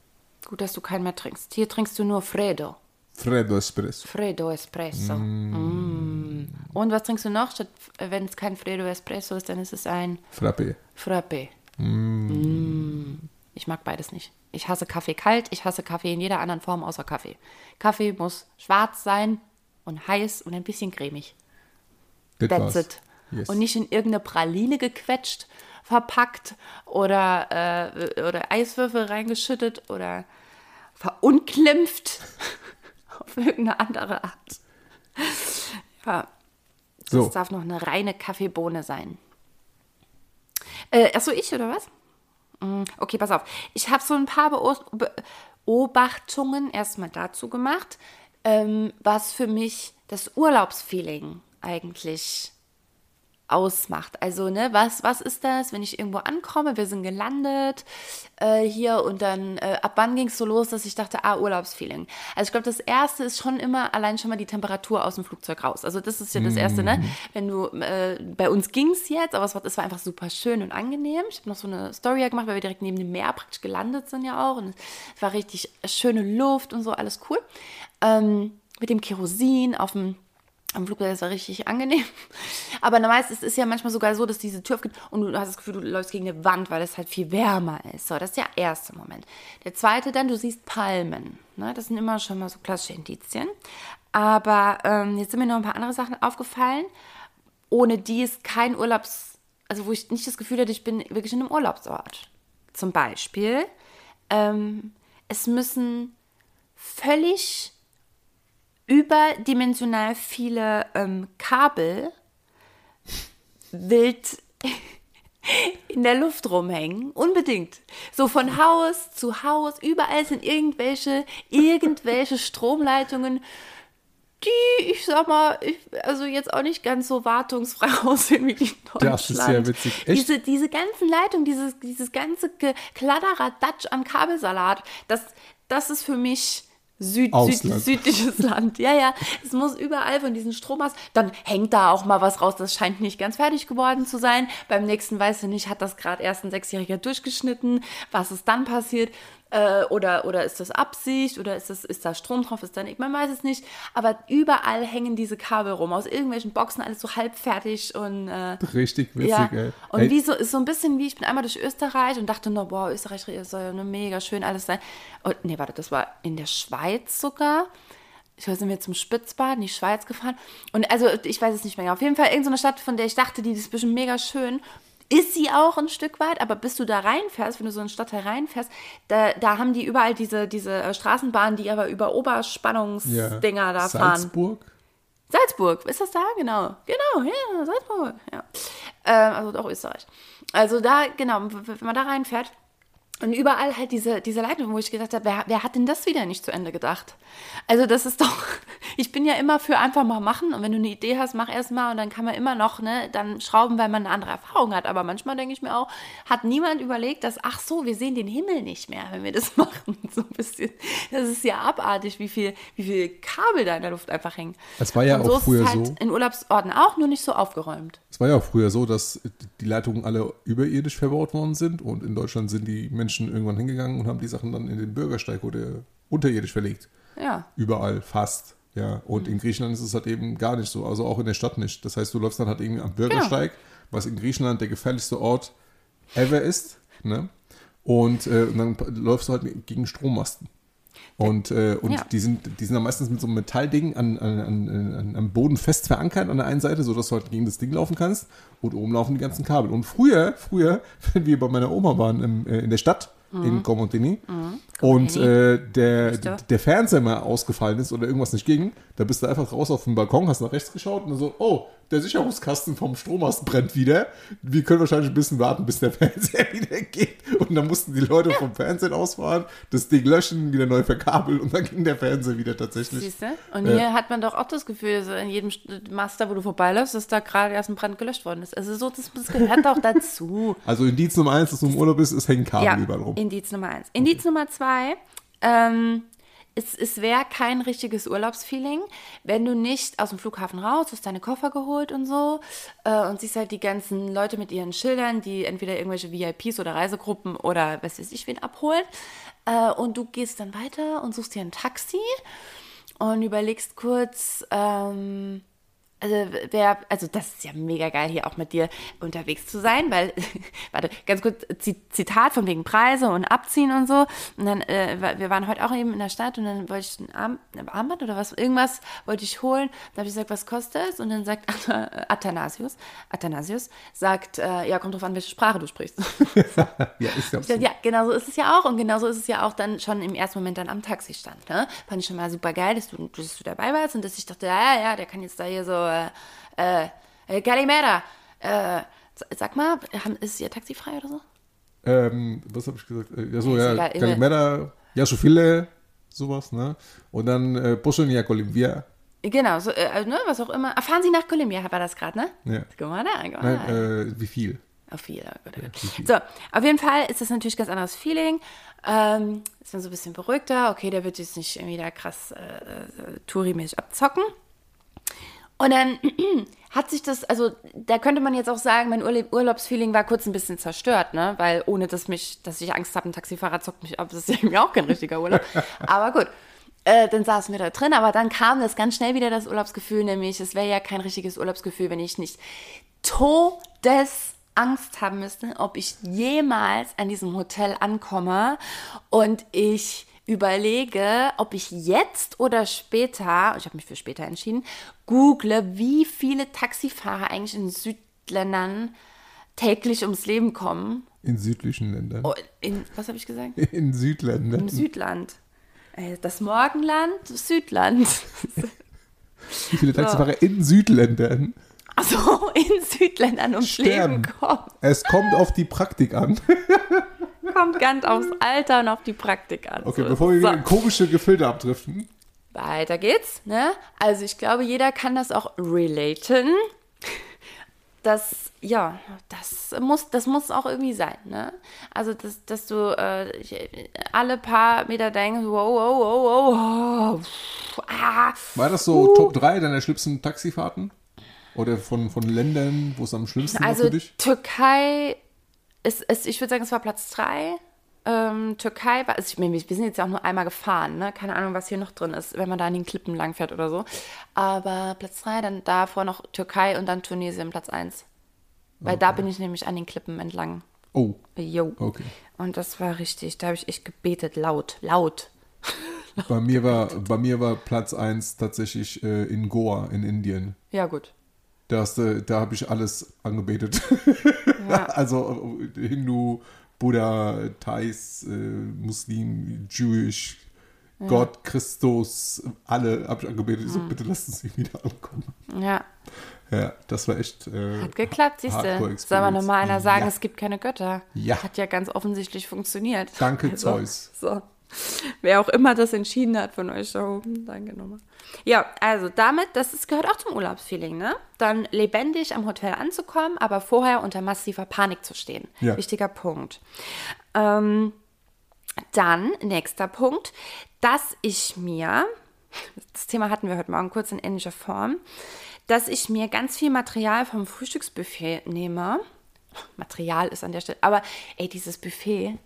Gut, dass du keinen mehr trinkst. Hier trinkst du nur Freddo. Freddo Espresso. Freddo Espresso. Mm. Mm. Und was trinkst du noch? Statt, wenn es kein Freddo Espresso ist, dann ist es ein Frappé. Frappé. Mm. Mm. Ich mag beides nicht. Ich hasse Kaffee kalt, ich hasse Kaffee in jeder anderen Form außer Kaffee. Kaffee muss schwarz sein und heiß und ein bisschen cremig. Das That's war's. it. Yes. Und nicht in irgendeine Praline gequetscht, verpackt oder, äh, oder Eiswürfel reingeschüttet oder verunglimpft auf irgendeine andere Art. Ja, das So. darf noch eine reine Kaffeebohne sein. Äh, achso, ich oder was? Okay, pass auf. Ich habe so ein paar Beobachtungen erstmal dazu gemacht, ähm, was für mich das Urlaubsfeeling eigentlich ausmacht. Also, ne, was, was ist das, wenn ich irgendwo ankomme? Wir sind gelandet äh, hier und dann, äh, ab wann ging es so los, dass ich dachte, ah, Urlaubsfeeling. Also ich glaube, das Erste ist schon immer allein schon mal die Temperatur aus dem Flugzeug raus. Also das ist ja das Erste, ne? Wenn du, äh, bei uns ging es jetzt, aber es war, es war einfach super schön und angenehm. Ich habe noch so eine Story gemacht, weil wir direkt neben dem Meer praktisch gelandet sind ja auch und es war richtig schöne Luft und so, alles cool. Ähm, mit dem Kerosin auf dem Am Flugplatz ist es richtig angenehm. Aber meist ist es ja manchmal sogar so, dass diese Tür aufgeht und du hast das Gefühl, du läufst gegen eine Wand, weil es halt viel wärmer ist. So, das ist der erste Moment. Der zweite dann, du siehst Palmen. Ne? Das sind immer schon mal so klassische Indizien. Aber ähm, jetzt sind mir noch ein paar andere Sachen aufgefallen, ohne die es kein Urlaubs... Also wo ich nicht das Gefühl hatte, ich bin wirklich in einem Urlaubsort. Zum Beispiel, ähm, es müssen völlig überdimensional viele ähm, Kabel wild in der Luft rumhängen. Unbedingt. So von Haus zu Haus, überall sind irgendwelche, irgendwelche Stromleitungen, die, ich sag mal, ich, also jetzt auch nicht ganz so wartungsfrei aussehen wie die in Deutschland. Das ist ja witzig. Echt? Diese, diese ganzen Leitungen, dieses, dieses ganze Kladderadatsch an Kabelsalat, das, das ist für mich Süd, Süd, südliches Land. Ja, ja, es muss überall von diesen Strommasten, dann hängt da auch mal was raus, das scheint nicht ganz fertig geworden zu sein. Beim nächsten weißt du nicht, hat das gerade erst ein Sechsjähriger durchgeschnitten, was ist dann passiert? Äh, oder, oder ist das Absicht? Oder ist, das, ist da Strom drauf? Ist dann, man weiß es nicht. Aber überall hängen diese Kabel rum, aus irgendwelchen Boxen, alles so halbfertig und äh, richtig witzig, ja. ey. Und ey. wie so, ist so ein bisschen wie, ich bin einmal durch Österreich und dachte nur, boah, Österreich soll ja nur mega schön alles sein. Und nee, warte, das war in der Schweiz sogar. Ich weiß, sind wir zum Spitzbad in die Schweiz gefahren. Und also, ich weiß es nicht mehr. Auf jeden Fall irgendeine Stadt, von der ich dachte, die ist bestimmt mega schön. Ist sie auch ein Stück weit, aber bis du da reinfährst, wenn du so in den Stadtteil reinfährst, da, da haben die überall diese, diese äh, Straßenbahnen, die aber über Oberspannungsdinger ja. da fahren. Salzburg? Salzburg, ist das da? Genau. Genau, ja, Salzburg. Ja. Ähm, also doch Österreich. Also da, genau, wenn man da reinfährt und überall halt diese, diese Leitung, wo ich gedacht habe, wer, wer hat denn das wieder nicht zu Ende gedacht? Also das ist doch, ich bin ja immer für einfach mal machen und wenn du eine Idee hast, mach erst mal und dann kann man immer noch, ne, dann schrauben, weil man eine andere Erfahrung hat. Aber manchmal denke ich mir auch, hat niemand überlegt, dass, ach so, wir sehen den Himmel nicht mehr, wenn wir das machen. So ein bisschen, das ist ja abartig, wie viel, wie viel Kabel da in der Luft einfach hängen. Es war ja und so auch früher ist es halt so. in Urlaubsorten auch, nur nicht so aufgeräumt. Es war ja auch früher so, dass die Leitungen alle überirdisch verbaut worden sind und in Deutschland sind die Menschen irgendwann hingegangen und haben die Sachen dann in den Bürgersteig oder unterirdisch verlegt. Ja. Überall, fast. Ja. Und mhm. in Griechenland ist es halt eben gar nicht so, also auch in der Stadt nicht. Das heißt, du läufst dann halt irgendwie am Bürgersteig, genau. was in Griechenland der gefährlichste Ort ever ist. Ne? Und, äh, und dann läufst du halt gegen Strommasten. Und, äh, und ja. die, sind, die sind dann meistens mit so einem Metallding an, an, an, am Boden fest verankert an der einen Seite, sodass du halt gegen das Ding laufen kannst. Und oben laufen die ganzen Kabel. Und früher, früher, wenn wir bei meiner Oma waren im, äh, in der Stadt, mhm. in Comontini, mhm. und äh, der, der Fernseher mal ausgefallen ist oder irgendwas nicht ging, da bist du einfach raus auf den Balkon, hast nach rechts geschaut und dann so, oh, der Sicherungskasten vom Strommast brennt wieder. Wir können wahrscheinlich ein bisschen warten, bis der Fernseher wieder geht. Und dann mussten die Leute ja. vom Fernsehen ausfahren, das Ding löschen, wieder neu verkabeln und dann ging der Fernseher wieder tatsächlich. Siehst du? Und ja. hier hat man doch auch das Gefühl, dass in jedem Master, wo du vorbeiläufst, dass da gerade erst ein Brand gelöscht worden ist. Also so, das, das gehört doch dazu. Also Indiz Nummer eins, dass du im Urlaub bist, es hängen Kabel ja, überall rum. Indiz Nummer eins. Indiz okay. Nummer zwei, ähm, Es, es wäre kein richtiges Urlaubsfeeling, wenn du nicht aus dem Flughafen raus, hast deine Koffer geholt und so äh, und siehst halt die ganzen Leute mit ihren Schildern, die entweder irgendwelche V I Ps oder Reisegruppen oder was weiß ich wen abholen. Äh, und du gehst dann weiter und suchst dir ein Taxi und überlegst kurz, ähm, also, wer, also das ist ja mega geil, hier auch mit dir unterwegs zu sein, weil, warte, ganz kurz, Zitat von wegen Preise und Abziehen und so. Und dann, äh, wir waren heute auch eben in der Stadt und dann wollte ich ein, Arm, ein Armband oder was, irgendwas wollte ich holen. Da habe ich gesagt, was kostet es? Und dann sagt Athanasius, Athanasius sagt, äh, ja, kommt drauf an, welche Sprache du sprichst. Ja, ist ja Ich dachte, ja, genau so ist es ja auch. Und genau so ist es ja auch dann schon im ersten Moment dann am Taxistand. Ne? Fand ich schon mal super geil, dass du, dass du dabei warst und dass ich dachte, ja, ja, der kann jetzt da hier so, äh, äh, Kalimera, äh, sag mal, ist Ihr Taxi frei oder so? Ähm, was habe ich gesagt? Ja, so, Ja, ja, egal, Kalimera, ja, so viele, sowas, ne? Und dann äh, Posonia Colombia. Genau, so, äh, ne, was auch immer. Ah, fahren Sie nach Kolumbia, war das gerade, ne? Ja. Guck mal da, guck mal Nein, da. äh, wie viel? Auf viel, gut, gut. wie viel? So, auf jeden Fall ist das natürlich ein ganz anderes Feeling. Ähm, ist dann so ein bisschen beruhigter. Okay, der wird jetzt nicht irgendwie da krass äh, äh, Touri-mäßig abzocken. Und dann hat sich das, also da könnte man jetzt auch sagen, mein Urlaub, Urlaubsfeeling war kurz ein bisschen zerstört, ne? Weil ohne dass mich, dass ich Angst habe, ein Taxifahrer zockt mich ab, das ist irgendwie auch kein richtiger Urlaub. Aber gut, äh, dann saßen wir da drin, aber dann kam das ganz schnell wieder, das Urlaubsgefühl, nämlich es wäre ja kein richtiges Urlaubsgefühl, wenn ich nicht Todesangst haben müsste, ob ich jemals an diesem Hotel ankomme und ich überlege, ob ich jetzt oder später, ich habe mich für später entschieden, google, wie viele Taxifahrer eigentlich in Südländern täglich ums Leben kommen. In südlichen Ländern. Oh, in, was habe ich gesagt? In Südländern. Im Südland. Das Morgenland, das Südland. Wie viele Taxifahrer so. In Südländern? Also in Südländern ums sterben. Leben kommen. Es kommt auf die Praktik an. Kommt ganz aufs Alter und auf die Praktik an. Okay, so bevor wir so. in komische Gefilde abdriften. Weiter geht's, ne? Also ich glaube, jeder kann das auch relaten. Das, ja, das muss, das muss auch irgendwie sein, ne? Also, dass, dass du äh, alle paar Meter denkst, wow, wow, wow, wow, ah. War das so uh. Top drei deiner schlimmsten Taxifahrten? Oder von, von Ländern, wo es am schlimmsten also, war für dich? Türkei ist, ist ich würde sagen, es war Platz drei. Ähm, Türkei war, also ich, wir sind jetzt ja auch nur einmal gefahren, ne? Keine Ahnung, was hier noch drin ist, wenn man da an den Klippen langfährt oder so. Aber Platz drei, dann davor noch Türkei und dann Tunesien Platz eins. Weil okay. da bin ich nämlich an den Klippen entlang. Oh. Jo. Okay. Und das war richtig, da habe ich echt gebetet, laut, laut. Bei mir war, bei mir war Platz eins tatsächlich äh, in Goa in Indien. Ja, gut. Da, hast, äh, da habe ich alles angebetet. Ja. Also äh, Hindu, Buddha, Thais, äh, Muslim, Jewish, ja. Gott, Christus, alle habe ich angebetet. Ich so, bitte lasst uns nicht wieder ankommen. Ja. Ja, das war echt äh, Hat geklappt, siehst du. Soll man nochmal einer sagen, ja. Es gibt keine Götter. Ja. Hat ja ganz offensichtlich funktioniert. Danke, also, Zeus. So. Wer auch immer das entschieden hat von euch da oben, danke nochmal. Ja, also damit, das ist, gehört auch zum Urlaubsfeeling, ne? Dann lebendig am Hotel anzukommen, aber vorher unter massiver Panik zu stehen. Ja. Wichtiger Punkt. Ähm, dann, nächster Punkt, dass ich mir, das Thema hatten wir heute Morgen kurz in ähnlicher Form, dass ich mir ganz viel Material vom Frühstücksbuffet nehme. Material ist an der Stelle, aber ey, dieses Buffet,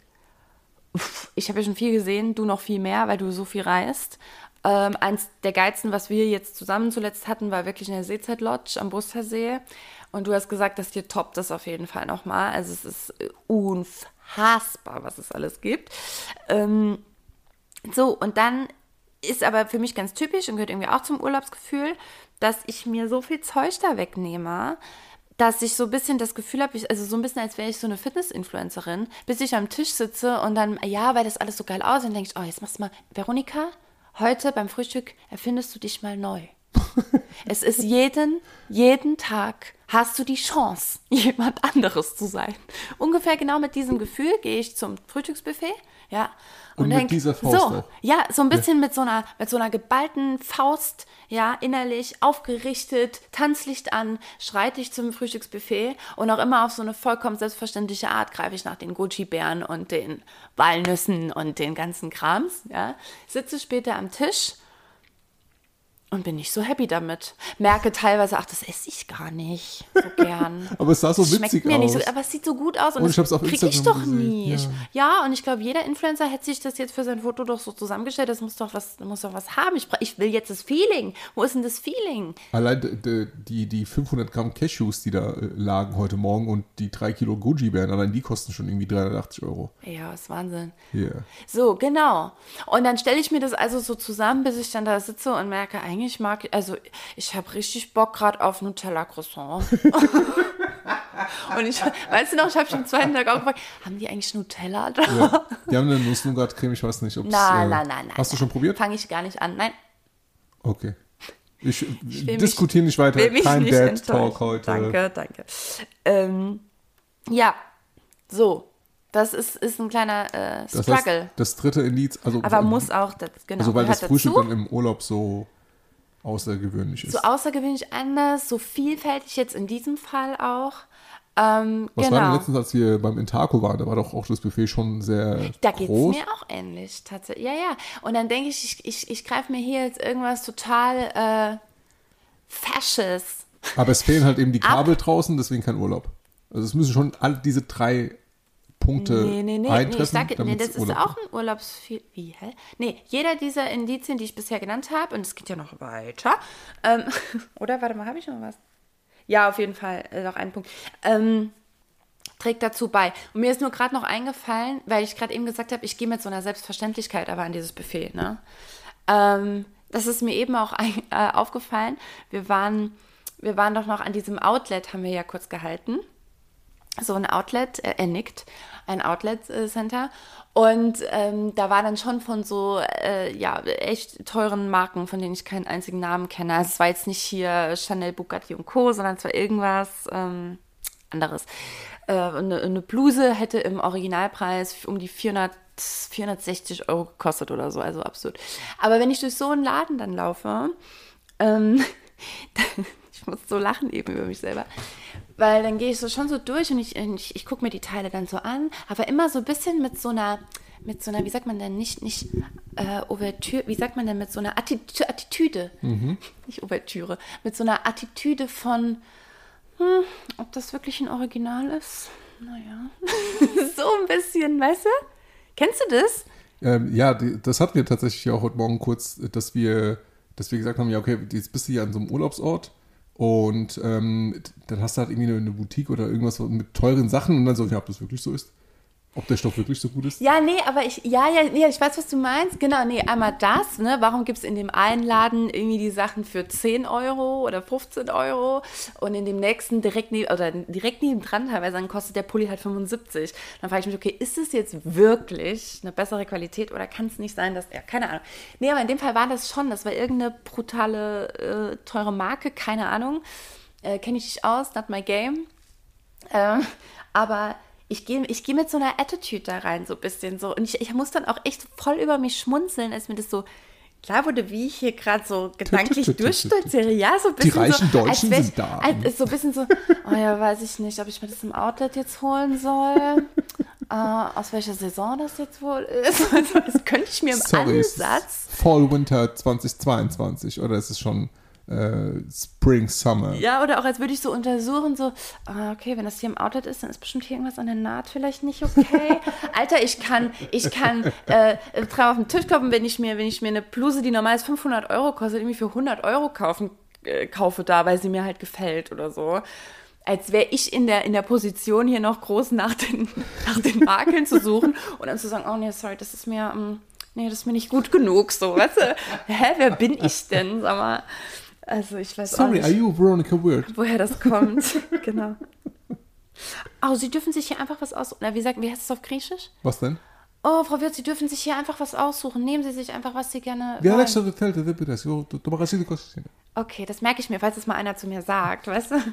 ich habe ja schon viel gesehen, du noch viel mehr, weil du so viel reist. Ähm, eins der geilsten, was wir jetzt zusammen zuletzt hatten, war wirklich in der Seezeit-Lodge am Brustersee. Und du hast gesagt, dass dir toppt das auf jeden Fall nochmal. Also es ist unfassbar, was es alles gibt. Ähm, so, und dann ist aber für mich ganz typisch und gehört irgendwie auch zum Urlaubsgefühl, dass ich mir so viel Zeug da wegnehme, dass ich so ein bisschen das Gefühl habe, also so ein bisschen, als wäre ich so eine Fitness-Influencerin, bis ich am Tisch sitze und dann, ja, weil das alles so geil aussieht, dann denke ich, oh, jetzt machst du mal, Veronika, heute beim Frühstück erfindest du dich mal neu. Es ist jeden, jeden Tag hast du die Chance, jemand anderes zu sein. Ungefähr genau mit diesem Gefühl gehe ich zum Frühstücksbuffet, ja. Und, und mit denk, dieser Faust so, auch. Ja, so ein bisschen ja. mit so einer, mit so einer geballten Faust, ja, innerlich aufgerichtet, Tanzlicht an, schreite ich zum Frühstücksbuffet und auch immer auf so eine vollkommen selbstverständliche Art greife ich nach den Goji-Beeren und den Walnüssen und den ganzen Krams, ja. Sitze später am Tisch Und bin nicht so happy damit. Merke teilweise, ach, das esse ich gar nicht so gern. Aber es sah so Das witzig schmeckt mir aus. nicht so, aber es sieht so gut aus und, Und ich hab's das auf kriege ich Instagram doch gesehen, nie. ja. Ich, ja, und ich glaube, jeder Influencer hätte sich das jetzt für sein Foto doch so zusammengestellt. Das muss doch was, muss doch was haben. Ich, bra- ich will jetzt das Feeling. Wo ist denn das Feeling? Allein d- d- die, die fünfhundert Gramm Cashews, die da äh, lagen heute Morgen und die drei Kilo Goji-Bären, allein die kosten schon irgendwie dreihundertachtzig Euro. Ja, ist Wahnsinn. Yeah. So, genau. Und dann stelle ich mir das also so zusammen, bis ich dann da sitze und merke, eigentlich mag ich, also ich habe richtig Bock gerade auf Nutella-Croissant. Und ich, weißt du noch, ich habe schon am zweiten Tag auch gefragt, haben die eigentlich Nutella da? Ja. Die haben eine Nuss-Nougat-Creme, ich weiß nicht, ob es... Nein, äh, nein, nein, nein. Hast du schon probiert? Fange ich gar nicht an. Nein, Okay. Ich, ich will diskutiere mich, nicht weiter. will mich Kein nicht Dad-Talk enttäuschen. heute. Danke, danke. Ähm, ja, so. Das ist, ist ein kleiner äh, Das Struggle. heißt, das dritte Indiz... Also, Aber muss auch, das, genau, Also weil das gehört Frühstück dazu. dann im Urlaub so außergewöhnlich ist. So außergewöhnlich anders, so vielfältig jetzt in diesem Fall auch. Ähm, Was genau. war denn letztens, als wir beim Intaco waren? Da war doch auch das Buffet schon sehr Da geht es groß. mir auch ähnlich, tatsächlich. Ja, ja. Und dann denke ich, ich, ich, ich greife mir hier jetzt irgendwas total äh, Fasches. Aber es fehlen halt eben die Ab. Kabel draußen, deswegen kein Urlaub. Also es müssen schon alle diese drei Punkte Nee, nee, nee, eintreffen, nee, ich sag, nee, damit's das ist Urlaub auch wird. ein Urlaubsfil... Wie, hä? Nee, jeder dieser Indizien, die ich bisher genannt habe, und es geht ja noch weiter, ähm, oder, warte mal, habe ich noch was? Ja, auf jeden Fall, äh, noch einen Punkt. Ähm, trägt dazu bei. Und mir ist nur gerade noch eingefallen, weil ich gerade eben gesagt habe, ich gehe mit so einer Selbstverständlichkeit aber an dieses Buffet, ne? Ähm, das ist mir eben auch ein, äh, aufgefallen. Wir waren, wir waren doch noch an diesem Outlet, haben wir ja kurz gehalten. So ein Outlet, äh, er nickt, ein Outlet-Center. Und ähm, da war dann schon von so, äh, ja, echt teuren Marken, von denen ich keinen einzigen Namen kenne. Also es war jetzt nicht hier Chanel, Bugatti und Co., sondern es war irgendwas ähm, anderes. Äh, eine, eine Bluse hätte im Originalpreis um die vierhundert, vierhundertsechzig Euro gekostet oder so, also absurd. Aber wenn ich durch so einen Laden dann laufe, ähm, ich muss so lachen eben über mich selber, weil dann gehe ich so schon so durch und ich, ich, ich gucke mir die Teile dann so an, aber immer so ein bisschen mit so einer, mit so einer, wie sagt man denn, nicht, nicht äh, Ouvertüre, wie sagt man denn, mit so einer Attitü- Attitüde, mhm. nicht Ouvertüre, mit so einer Attitüde von, hm, ob das wirklich ein Original ist? Naja, so ein bisschen, weißt du? Kennst du das? Ähm, ja, die, das hatten wir tatsächlich auch heute Morgen kurz, dass wir, dass wir gesagt haben, ja okay, jetzt bist du hier an so einem Urlaubsort und ähm, dann hast du halt irgendwie eine Boutique oder irgendwas mit teuren Sachen und dann so, ja, ob das wirklich so ist. Ob der Stoff wirklich so gut ist? Ja, nee, aber ich, ja, ja, nee, ich weiß, was du meinst. Genau, nee, einmal das, ne? Warum gibt es in dem einen Laden irgendwie die Sachen für zehn Euro oder fünfzehn Euro und in dem nächsten direkt neben, oder direkt nebendran teilweise, dann kostet der Pulli halt fünfundsiebzig. Dann frage ich mich, okay, ist es jetzt wirklich eine bessere Qualität oder kann es nicht sein, dass, ja, keine Ahnung. Nee, aber in dem Fall war das schon, das war irgendeine brutale, äh, teure Marke, keine Ahnung. Äh, kenne ich nicht aus, not my game. Ähm, aber ich gehe ich geh mit so einer Attitude da rein, so ein bisschen so. Und ich, ich muss dann auch echt voll über mich schmunzeln, als mir das so klar wurde, wie ich hier gerade so gedanklich durchstolziere. Ja, so ein bisschen die reichen so, Deutschen als sind da. Als, so ein bisschen so, oh ja, weiß ich nicht, ob ich mir das im Outlet jetzt holen soll. äh, aus welcher Saison das jetzt wohl ist. Also, das könnte ich mir im Sorry, Ansatz... Fall, Winter zweitausendzweiundzwanzig oder ist es schon... Uh, Spring, Summer. Ja, oder auch als würde ich so untersuchen, so, ah, okay, wenn das hier im Outlet ist, dann ist bestimmt hier irgendwas an der Naht vielleicht nicht okay. Alter, ich kann, ich kann äh, drauf auf den Tisch kaufen, wenn ich mir, wenn ich mir eine Bluse, die normal fünfhundert Euro kostet, irgendwie für hundert Euro kaufen, äh, kaufe da, weil sie mir halt gefällt oder so. Als wäre ich in der, in der Position, hier noch groß nach den, nach den Makeln zu suchen und dann zu sagen, oh nee, sorry, das ist mir, um, nee, das ist mir nicht gut genug, so, weißt du? Hä, wer bin ich denn, sag mal? Also ich weiß Sorry, auch nicht, are you Veronica Weird? woher das kommt. Genau. Oh, Sie dürfen sich hier einfach was aussuchen. Na, wie sagt, wie heißt es auf Griechisch? Was denn? Oh, Frau Wirth, Sie dürfen sich hier einfach was aussuchen. Nehmen Sie sich einfach, was Sie gerne Vi har wollen. extra hotel, det är det. Jo, de har sitt kostym. Okay, das merke ich mir, falls es mal einer zu mir sagt, weißt du?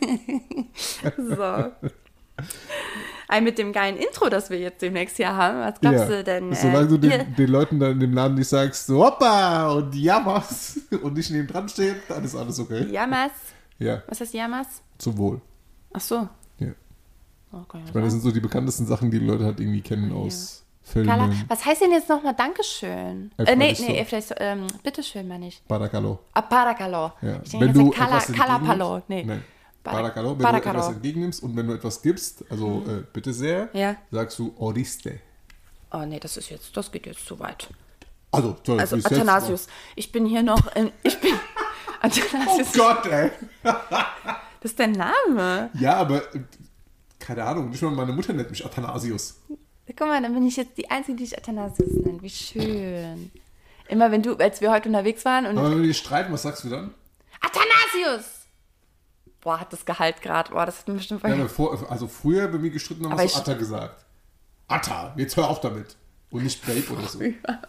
So. Ein mit dem geilen Intro, das wir jetzt demnächst hier haben. Was glaubst Ja. du denn? Solange äh, du hier- den, den Leuten da in dem Laden nicht sagst, so hoppa und jammers und nicht neben dran steht, dann ist alles okay. Yamas. Ja, Was heißt Yamas? zum Wohl. Ach so. Ja. Okay, Ich meine, das sind so die bekanntesten Sachen, die die Leute halt irgendwie kennen aus Filmen. Kala. Was heißt denn jetzt nochmal Dankeschön? Äh, nee, Evharisto. nee, vielleicht, ähm, bitteschön, meine ich. Parakalo. Ah, Parakalo. Ja. Ich denke, Wenn das du ist Kala, etwas Kalapalo. entgegennimmst- Nee. nee. Para- Parakalo, wenn Parakalo. du etwas entgegennimmst und wenn du etwas gibst, also äh, bitte sehr, Ja. sagst du Oriste. Oh, nee, das ist jetzt, das geht jetzt zu weit. Also, toll, Also, bis jetzt Athanasius. Ich bin hier noch, in, ich bin, noch. Athanasius. Oh Gott, ey. Das ist der Name. Ja, aber äh, keine Ahnung, nicht mal meine Mutter nennt mich Athanasius. Guck mal, dann bin ich jetzt die Einzige, die ich Athanasius nenne. Wie schön. Immer wenn du, als wir heute unterwegs waren und... Aber wenn wir dich streiten, was sagst du dann? Athanasius! Boah, hat das Gehalt gerade. Boah, das hat mir bestimmt... Ja, aber vor, also früher, wenn wir gestritten haben, Aber hast du ich- Atta gesagt. Atta, jetzt hör auf damit. Und nicht Babe oder so.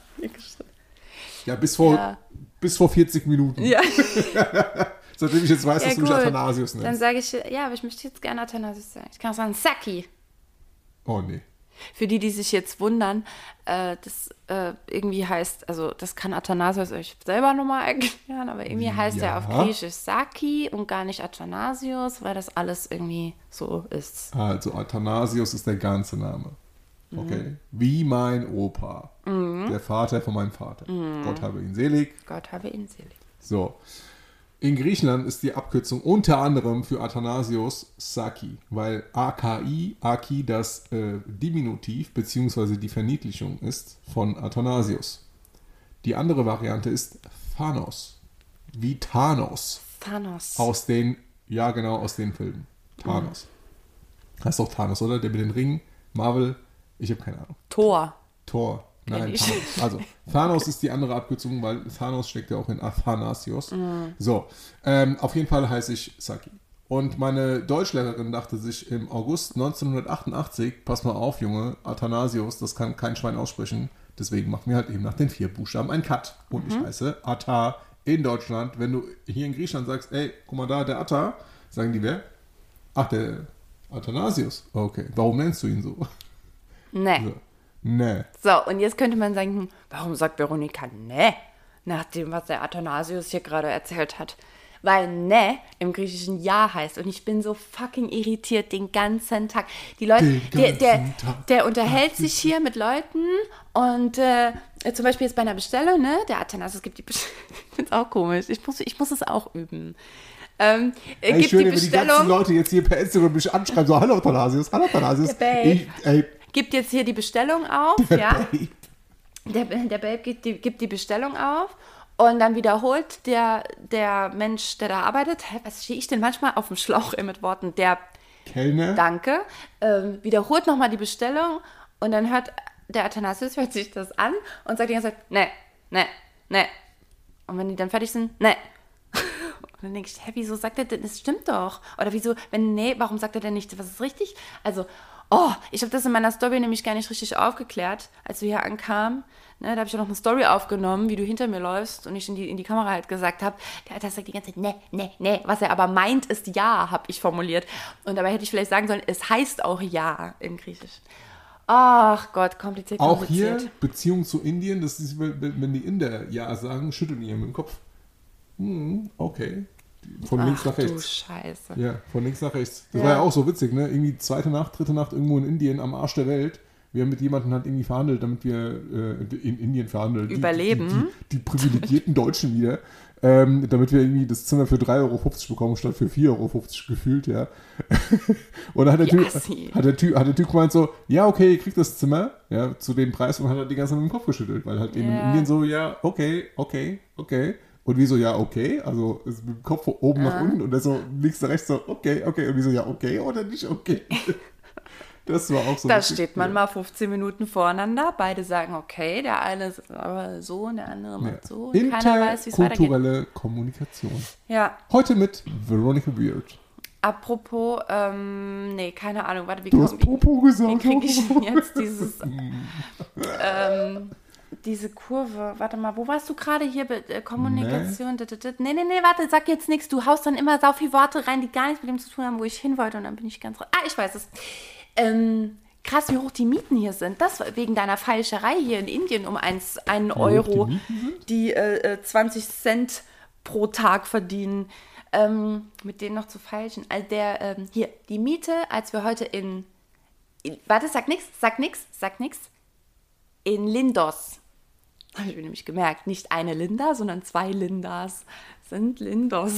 Ja, bis vor, Ja. bis vor vierzig Minuten. Ja, Seitdem ich jetzt weiß, ja dass du mich gut. Athanasius Dann nennst. sage ich, ja, aber ich möchte jetzt gerne Athanasius sagen. Ich kann auch sagen Saki. Oh nee. Für die, die sich jetzt wundern, äh, das äh, irgendwie heißt, also das kann Athanasius euch selber nochmal erklären, aber irgendwie heißt Ja. er auf Griechisch Saki und gar nicht Athanasius, weil das alles irgendwie so ist. Also Athanasius ist der ganze Name. Okay? Wie mein Opa. Der Vater von meinem Vater. Gott habe ihn selig. Gott habe ihn selig. So. In Griechenland ist die Abkürzung unter anderem für Athanasios Saki, weil A K I, Aki das äh, Diminutiv bzw. die Verniedlichung ist von Athanasius. Die andere Variante ist Thanos, wie Thanos Thanos. aus den, ja genau, aus den Filmen. Thanos. Heißt doch Thanos, oder? Der mit den Ringen, Marvel, ich habe keine Ahnung. Thor. Thor. Nein, Kenn ich. Thanos. Also, Thanos ist die andere Abkürzung, weil Thanos steckt ja auch in Athanasios. So, ähm, auf jeden Fall heiße ich Saki. Und meine Deutschlehrerin dachte sich im August neunzehnhundertachtundachtzig, pass mal auf, Junge, Athanasios, das kann kein Schwein aussprechen. Deswegen machen wir halt eben nach den vier Buchstaben einen Cut. Und ich heiße Atta in Deutschland. Wenn du hier in Griechenland sagst, ey, guck mal da, der Atta, sagen die wer? Ach, der Athanasius. Okay, warum nennst du ihn so? Nee. So. Nee. So, und jetzt könnte man sagen, hm, warum sagt Veronika ne? Nach dem, was der Athanasius hier gerade erzählt hat. Weil ne im Griechischen ja heißt. Und ich bin so fucking irritiert den ganzen Tag. Die Leute, Den der, der, ganzen Tag. der unterhält sich hier mit Leuten und äh, zum Beispiel jetzt bei einer Bestellung, ne? Der Athanasius gibt die Bestellung. Ich finde es auch komisch. Ich muss, ich muss es auch üben. Ähm, er Ey, ich gibt die schwöre, wenn die ganzen Bestellung. Leute jetzt hier per Instagram mich anschreiben, so, hallo Athanasius, hallo Athanasius. Der Babe. Ich, ey, Gibt jetzt hier die Bestellung auf, ja? Babe. Der, der Babe gibt die, gibt die Bestellung auf und dann wiederholt der, der Mensch, der da arbeitet, hä, was stehe ich denn manchmal auf dem Schlauch ey, mit Worten, der Kellner. Danke, ähm, wiederholt nochmal die Bestellung und dann hört der Athanasius hört sich das an und sagt die ganze Zeit, ne, ne, ne. Und wenn die dann fertig sind, ne. Und dann denke ich, hä, wieso sagt er denn, das stimmt doch. Oder wieso, wenn nee, warum sagt er denn nicht, was ist richtig? Also, oh, ich habe das in meiner Story nämlich gar nicht richtig aufgeklärt, als wir hier ankamen. Ne, da habe ich ja noch eine Story aufgenommen, wie du hinter mir läufst und ich in die, in die Kamera halt gesagt habe, der Alter sagt die ganze Zeit, ne, ne, ne. Was er aber meint, ist ja, habe ich formuliert. Und dabei hätte ich vielleicht sagen sollen, es heißt auch ja im Griechischen. Ach Gott, kompliziert, Auch kompliziert. hier Beziehung zu Indien, das ist, wenn wenn die Inder ja sagen, schütteln die mit dem Kopf. Hm, okay. Von links Ach nach du rechts. Scheiße. Ja, von links nach rechts. Das Ja. war ja auch so witzig, ne? Irgendwie zweite Nacht, dritte Nacht irgendwo in Indien am Arsch der Welt. Wir haben mit jemandem halt irgendwie verhandelt, damit wir äh, in Indien verhandeln. Überleben. Die, die, die, die privilegierten Deutschen wieder. Ähm, damit wir irgendwie das Zimmer für drei Euro fünfzig bekommen, statt für vier Euro fünfzig gefühlt, ja. Und dann hat der, Die typ, Assi. hat, der typ, hat der Typ gemeint so, ja, okay, ihr kriegt das Zimmer, ja, zu dem Preis und hat halt die ganze Zeit mit dem Kopf geschüttelt, weil halt eben in Ja. Indien so, ja, okay, okay, okay. Und wie so, ja, okay, also ist mit dem Kopf von oben nach unten und er so links nach rechts so, okay, okay. Und wie so, ja, okay oder nicht okay. Das war auch so. Da witzig. steht man mal fünfzehn Minuten voreinander, beide sagen okay, der eine ist aber so und der andere macht Ja. so und keiner weiß, wie es weitergeht. Interkulturelle Kommunikation. Ja, Heute mit Veronica Weird. apropos, ähm, nee, keine Ahnung, warte, wie Du hast komm- Popo wie gesagt. kriege ich denn jetzt dieses, ähm, diese Kurve, warte mal, wo warst du gerade hier, Be- äh, Kommunikation, dit, dit, dit. nee, nee, nee, warte, sag jetzt nichts, du haust dann immer so viele Worte rein, die gar nichts mit dem zu tun haben, wo ich hin wollte und dann bin ich ganz, ra- ah, ich weiß es, ähm, krass, wie hoch die Mieten hier sind, das wegen deiner Falscherei hier in Indien um eins, einen hoch Euro, die Mieten sind? die äh, äh, zwanzig Cent pro Tag verdienen, ähm, mit denen noch zu feilschen, also der, ähm, hier, die Miete, als wir heute in, in warte, sag nix, sag nix, sag nix, in Lindos. Habe ich mir nämlich gemerkt, nicht eine Linda, sondern zwei Lindas sind Lindos.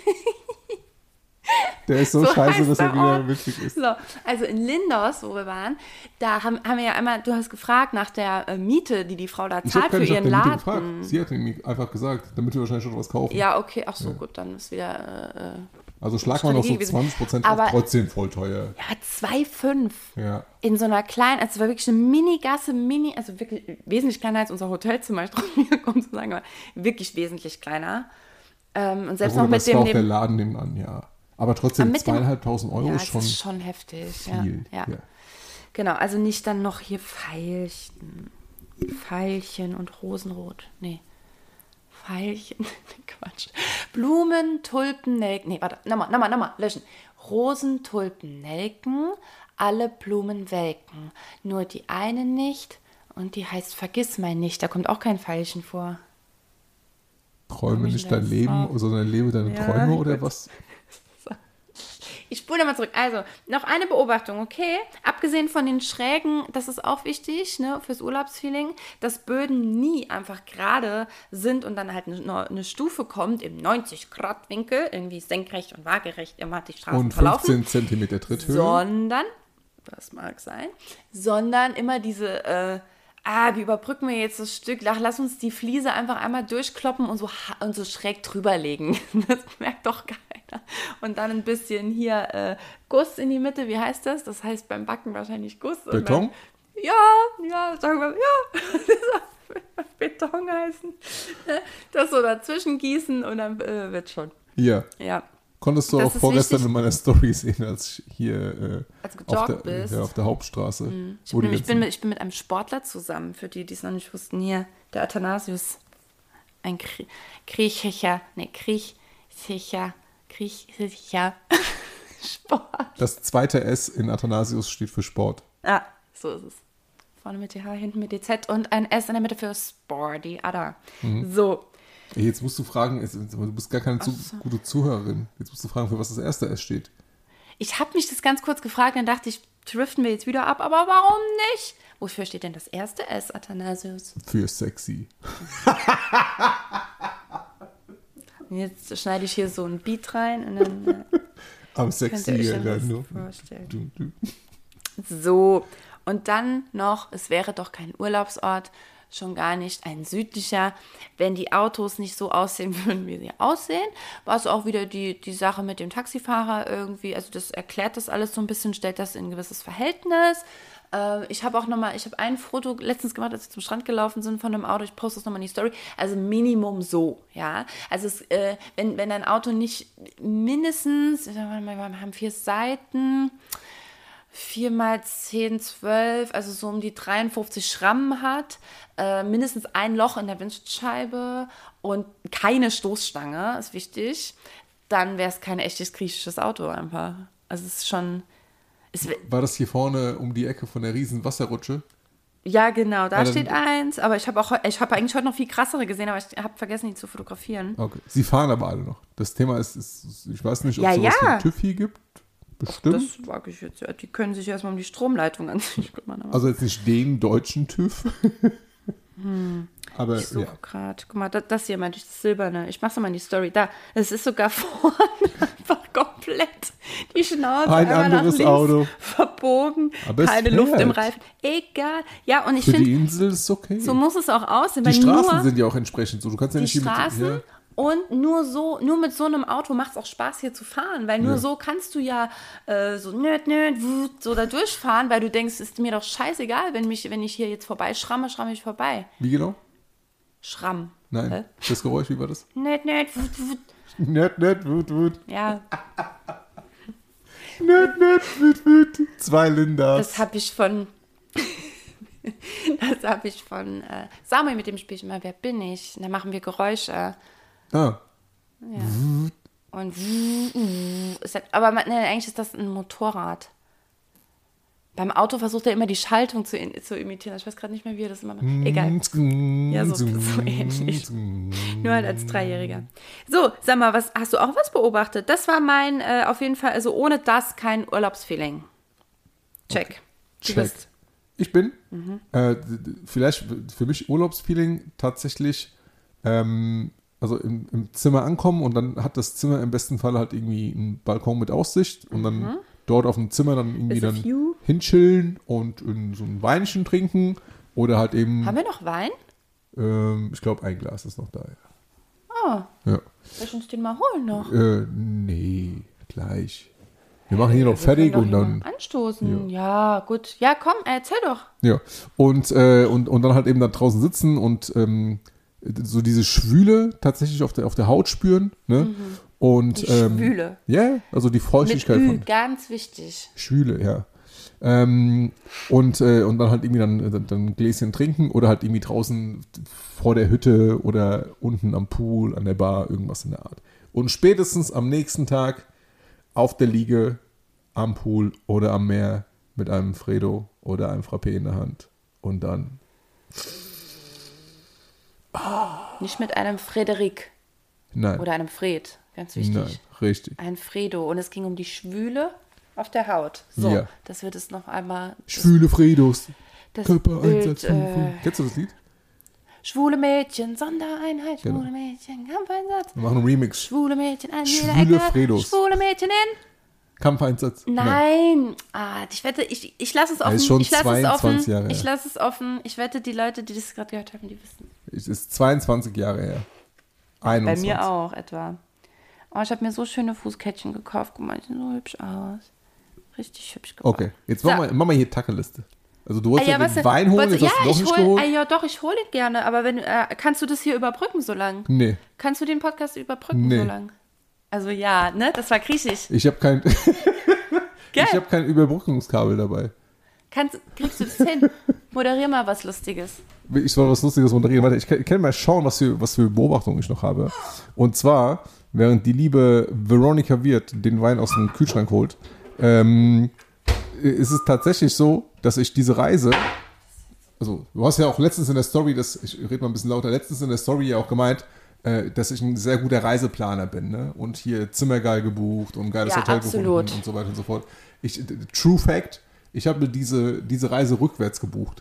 Der ist so, So scheiße, heißt dass er der wieder Ort. witzig ist. So, also in Lindos, wo wir waren, da haben, haben wir ja einmal, du hast gefragt nach der äh, Miete, die die Frau da Ich habe zahlt gar für nicht nach ihren der Miete Laden. gefragt. Sie hat ihn einfach gesagt, damit wir wahrscheinlich schon was kaufen. Ja, okay, ach so, gut, dann ist wieder, äh, Also schlag mal noch so Strategie gewesen. zwanzig Prozent Aber- auf, trotzdem voll teuer. ja, zwei Komma fünf. Ja. In so einer kleinen, also es war wirklich eine Mini-Gasse, Mini, also wirklich wesentlich kleiner als unser Hotelzimmer, ich traue mir kaum zu sagen, aber wirklich wesentlich kleiner. Ähm, und selbst Obwohl, noch mit das war dem, auch der dem Laden nebenan, ja. Aber trotzdem Aber mit dem- zweieinhalbtausend Euro ja, ist es schon ist schon heftig. viel. Ja, ja. Ja. Genau, also nicht dann noch hier Veilchen, Veilchen und Rosenrot. Nee, Veilchen, Quatsch. Blumen, Tulpen, Nelken. Nee, warte, nochmal, nochmal, nochmal, löschen. Rosen, Tulpen, Nelken, alle Blumen welken. Nur die eine nicht und die heißt Vergissmein nicht. Da kommt auch kein Veilchen vor. Träume Komm ich nicht dein jetzt Leben, drauf? sondern lebe deine Ja, Träume ich oder weiß. was? Ich spule nochmal zurück. Also, noch eine Beobachtung, okay? Abgesehen von den Schrägen, das ist auch wichtig, ne, fürs Urlaubsfeeling, dass Böden nie einfach gerade sind und dann halt eine, eine Stufe kommt im neunzig Grad Winkel, irgendwie senkrecht und waagerecht immer die Straßen Und verlaufen. fünfzehn Zentimeter Tritthöhe. Sondern, das mag sein, sondern immer diese, äh, ah, wie überbrücken wir jetzt das Stück? Ach, lass uns die Fliese einfach einmal durchkloppen und so, ha- und so schräg drüberlegen. Das merkt doch keiner. Und dann ein bisschen hier äh, Guss in die Mitte, wie heißt das? Das heißt beim Backen wahrscheinlich Guss. Und Beton? Dann, ja, ja, sagen wir, ja, das soll Beton heißen. Das so dazwischen gießen und dann äh, wird schon. Ja. Ja. Konntest du Das auch ist vorgestern wichtig. in meiner Story sehen, als ich hier äh, Als du auf, gejoggt der, bist. ja, auf der Hauptstraße. Ich wo bin, die ich, bin ganzen- mit, ich bin mit einem Sportler zusammen, für die, die es noch nicht wussten. Hier, der Athanasius. Ein Grie- Griechicher, ne, Griechicher, Griechicher Sport. Das zweite S in Athanasius steht für Sport. Ah, so ist es. Vorne mit T H, hinten mit D Z und ein S in der Mitte für Sporty. Ada. Mhm. So, Ey, jetzt musst du fragen, jetzt- du bist gar keine zu, gute Zuhörerin. Jetzt musst du fragen, für was das erste S steht. ich habe mich das ganz kurz gefragt, dann dachte ich, driften wir jetzt wieder ab, aber warum nicht? Wofür steht denn das erste S, Athanasius? Für sexy. Jetzt schneide ich hier so ein Beat rein und dann äh, Am könnt ihr euch sexy. dann Ja, das nur. vorstellen. Du, du. So, und dann noch, es wäre doch kein Urlaubsort, schon gar nicht ein südlicher, wenn die Autos nicht so aussehen würden, wie sie aussehen. War es auch wieder die, die Sache mit dem Taxifahrer irgendwie, also das erklärt das alles so ein bisschen, stellt das in ein gewisses Verhältnis. Äh, ich habe auch nochmal, ich habe ein Foto letztens gemacht, als wir zum Strand gelaufen sind von einem Auto, ich poste das nochmal in die Story, also Minimum so, ja. Also es, äh, wenn, wenn dein Auto nicht mindestens, wir haben vier Seiten, vier mal zehn, zwölf, also so um die dreiundfünfzig Schrammen hat, äh, mindestens ein Loch in der Windschutzscheibe und keine Stoßstange, ist wichtig, dann wäre es kein echtes griechisches Auto einfach. Also es ist schon, es, War das hier vorne um die Ecke von der riesen Wasserrutsche? ja genau, da Ja, dann- steht eins, aber ich habe auch, ich habe eigentlich heute noch viel krassere gesehen, aber ich habe vergessen, die zu fotografieren. Okay. Sie fahren aber alle noch. Das Thema ist, ist ich weiß nicht, ob Ja, es sowas ja. wie einen TÜV hier gibt. Bestimmt. Das wage ich jetzt, ja. Die können sich erstmal um die Stromleitung an sich kümmern. Aber Also jetzt nicht den deutschen TÜV. Aber ich suche ja. gerade. Guck mal, das, das hier meinte ich, das Silberne. Ich mach's mal in die Story. Da, es ist sogar vorne einfach komplett die Schnauze Ein einmal nach anderes links Auto. verbogen. Aber es Keine Luft im fährt. Reifen. Egal. Ja, und ich Für die finde, Insel ist es okay. so muss es auch aussehen. die weil Straßen nur sind ja auch entsprechend so. Du kannst ja die nicht hier Straßen mit, ja. und nur so, nur mit so einem Auto macht es auch Spaß hier zu fahren, weil nur Ja. so kannst du ja äh, so nöt, nöt, wut, so da durchfahren, weil du denkst, ist mir doch scheißegal, wenn mich, wenn ich hier jetzt vorbei schramme, schramme ich vorbei. Wie genau? Schramm. Nein. Hä? Das Geräusch, wie war das? Nöt, nöt, wut, wut. Nett, nett, wut, wut. Ja, Nett, nett, wut, wut. Zwei Lindas. das habe ich von das habe ich von äh, Samuel, mit dem spiele ich immer, wer bin ich? Und da machen wir Geräusche. Ah, Und ist halt, aber man, ne, eigentlich ist das ein Motorrad. Beim Auto versucht er immer die Schaltung zu, in, zu imitieren. Ich weiß gerade nicht mehr, wie er das immer macht. Egal. Ja, so, so ähnlich. Nur halt als Dreijähriger. So, sag mal, was, hast du auch was beobachtet? Das war mein, äh, auf jeden Fall, also ohne das kein Urlaubsfeeling. Check. Du Check. bist Ich bin, mhm. äh, vielleicht für mich Urlaubsfeeling tatsächlich, ähm, also im, im Zimmer ankommen und dann hat das Zimmer im besten Fall halt irgendwie einen Balkon mit Aussicht und dann mhm. dort auf dem Zimmer dann irgendwie dann hinchillen und in so ein Weinchen trinken oder halt eben... Haben wir noch Wein? Ähm, ich glaube, ein Glas ist noch da, ja. Oh, ja. Soll ich uns den mal holen noch? Äh, nee, gleich. Wir machen hier noch wir fertig und dann... Anstoßen, ja. ja, gut. Ja, komm, erzähl doch. Ja, und, äh, und, und dann halt eben da draußen sitzen und ähm, so diese Schwüle tatsächlich auf der, auf der Haut spüren, ne? Mhm. Und, die ähm, Schwüle. Ja, also die Feuchtigkeit Mit Ü, von... ganz wichtig. Schwüle, ja. Ähm, und, äh, und dann halt irgendwie dann, dann, dann ein Gläschen trinken oder halt irgendwie draußen vor der Hütte oder unten am Pool, an der Bar, irgendwas in der Art. Und spätestens am nächsten Tag auf der Liege, am Pool oder am Meer mit einem Fredo oder einem Frappé in der Hand. Und dann... Ah. Nicht mit einem Frederik. Nein. Oder einem Fred, ganz wichtig. Nein, richtig. Ein Fredo. Und es ging um die Schwüle auf der Haut. So, ja. das wird es noch einmal... Schwüle Fredos. Das Körpereinsatz. Bild, äh, Kennst du das Lied? Schwule Mädchen, Sondereinheit, schwule genau. Mädchen, Kampfeinsatz. Wir machen einen Remix. Schwule Mädchen an jeder Schwule Ecke. Fredos. Schwule Mädchen in... Kampfeinsatz. Nein. Nein. Ah, ich wette, ich, ich lasse es offen. Das ist schon ich lasse zweiundzwanzig es offen. Jahre her. Ich lasse es offen. Ich wette, die Leute, die das gerade gehört haben, die wissen. Es ist zweiundzwanzig Jahre her. einundzwanzig. Bei mir auch etwa. Oh, ich habe mir so schöne Fußkettchen gekauft. Guck mal, die sehen so hübsch aus. Richtig hübsch geworden. Okay, jetzt so. machen wir, machen wir hier Tackeliste. Also du wolltest ah, ja, ja den Wein holen, jetzt ja, hast du doch nicht hol, geholt. Ah, ja, doch, ich hole ihn gerne. Aber wenn, äh, kannst du das hier überbrücken so lang? Nee. Kannst du den Podcast überbrücken nee. so lang? Also ja, ne? Das war griechisch. Ich habe kein... Ich habe kein Überbrückungskabel dabei. Kannst, kriegst du das hin? Moderier mal was Lustiges. Ich soll was Lustiges moderieren. Warte, ich kann, kann mal schauen, was für, was für Beobachtungen ich noch habe. Und zwar, während die liebe Veronica Wirth den Wein aus dem Kühlschrank holt, ähm, ist es tatsächlich so, dass ich diese Reise, also du hast ja auch letztens in der Story, das, ich rede mal ein bisschen lauter, letztens in der Story ja auch gemeint, dass ich ein sehr guter Reiseplaner bin, ne? Und hier Zimmer geil gebucht und ein geiles ja, Hotel absolut. gefunden und so weiter und so fort. Ich, True Fact, ich habe mir diese, diese Reise rückwärts gebucht.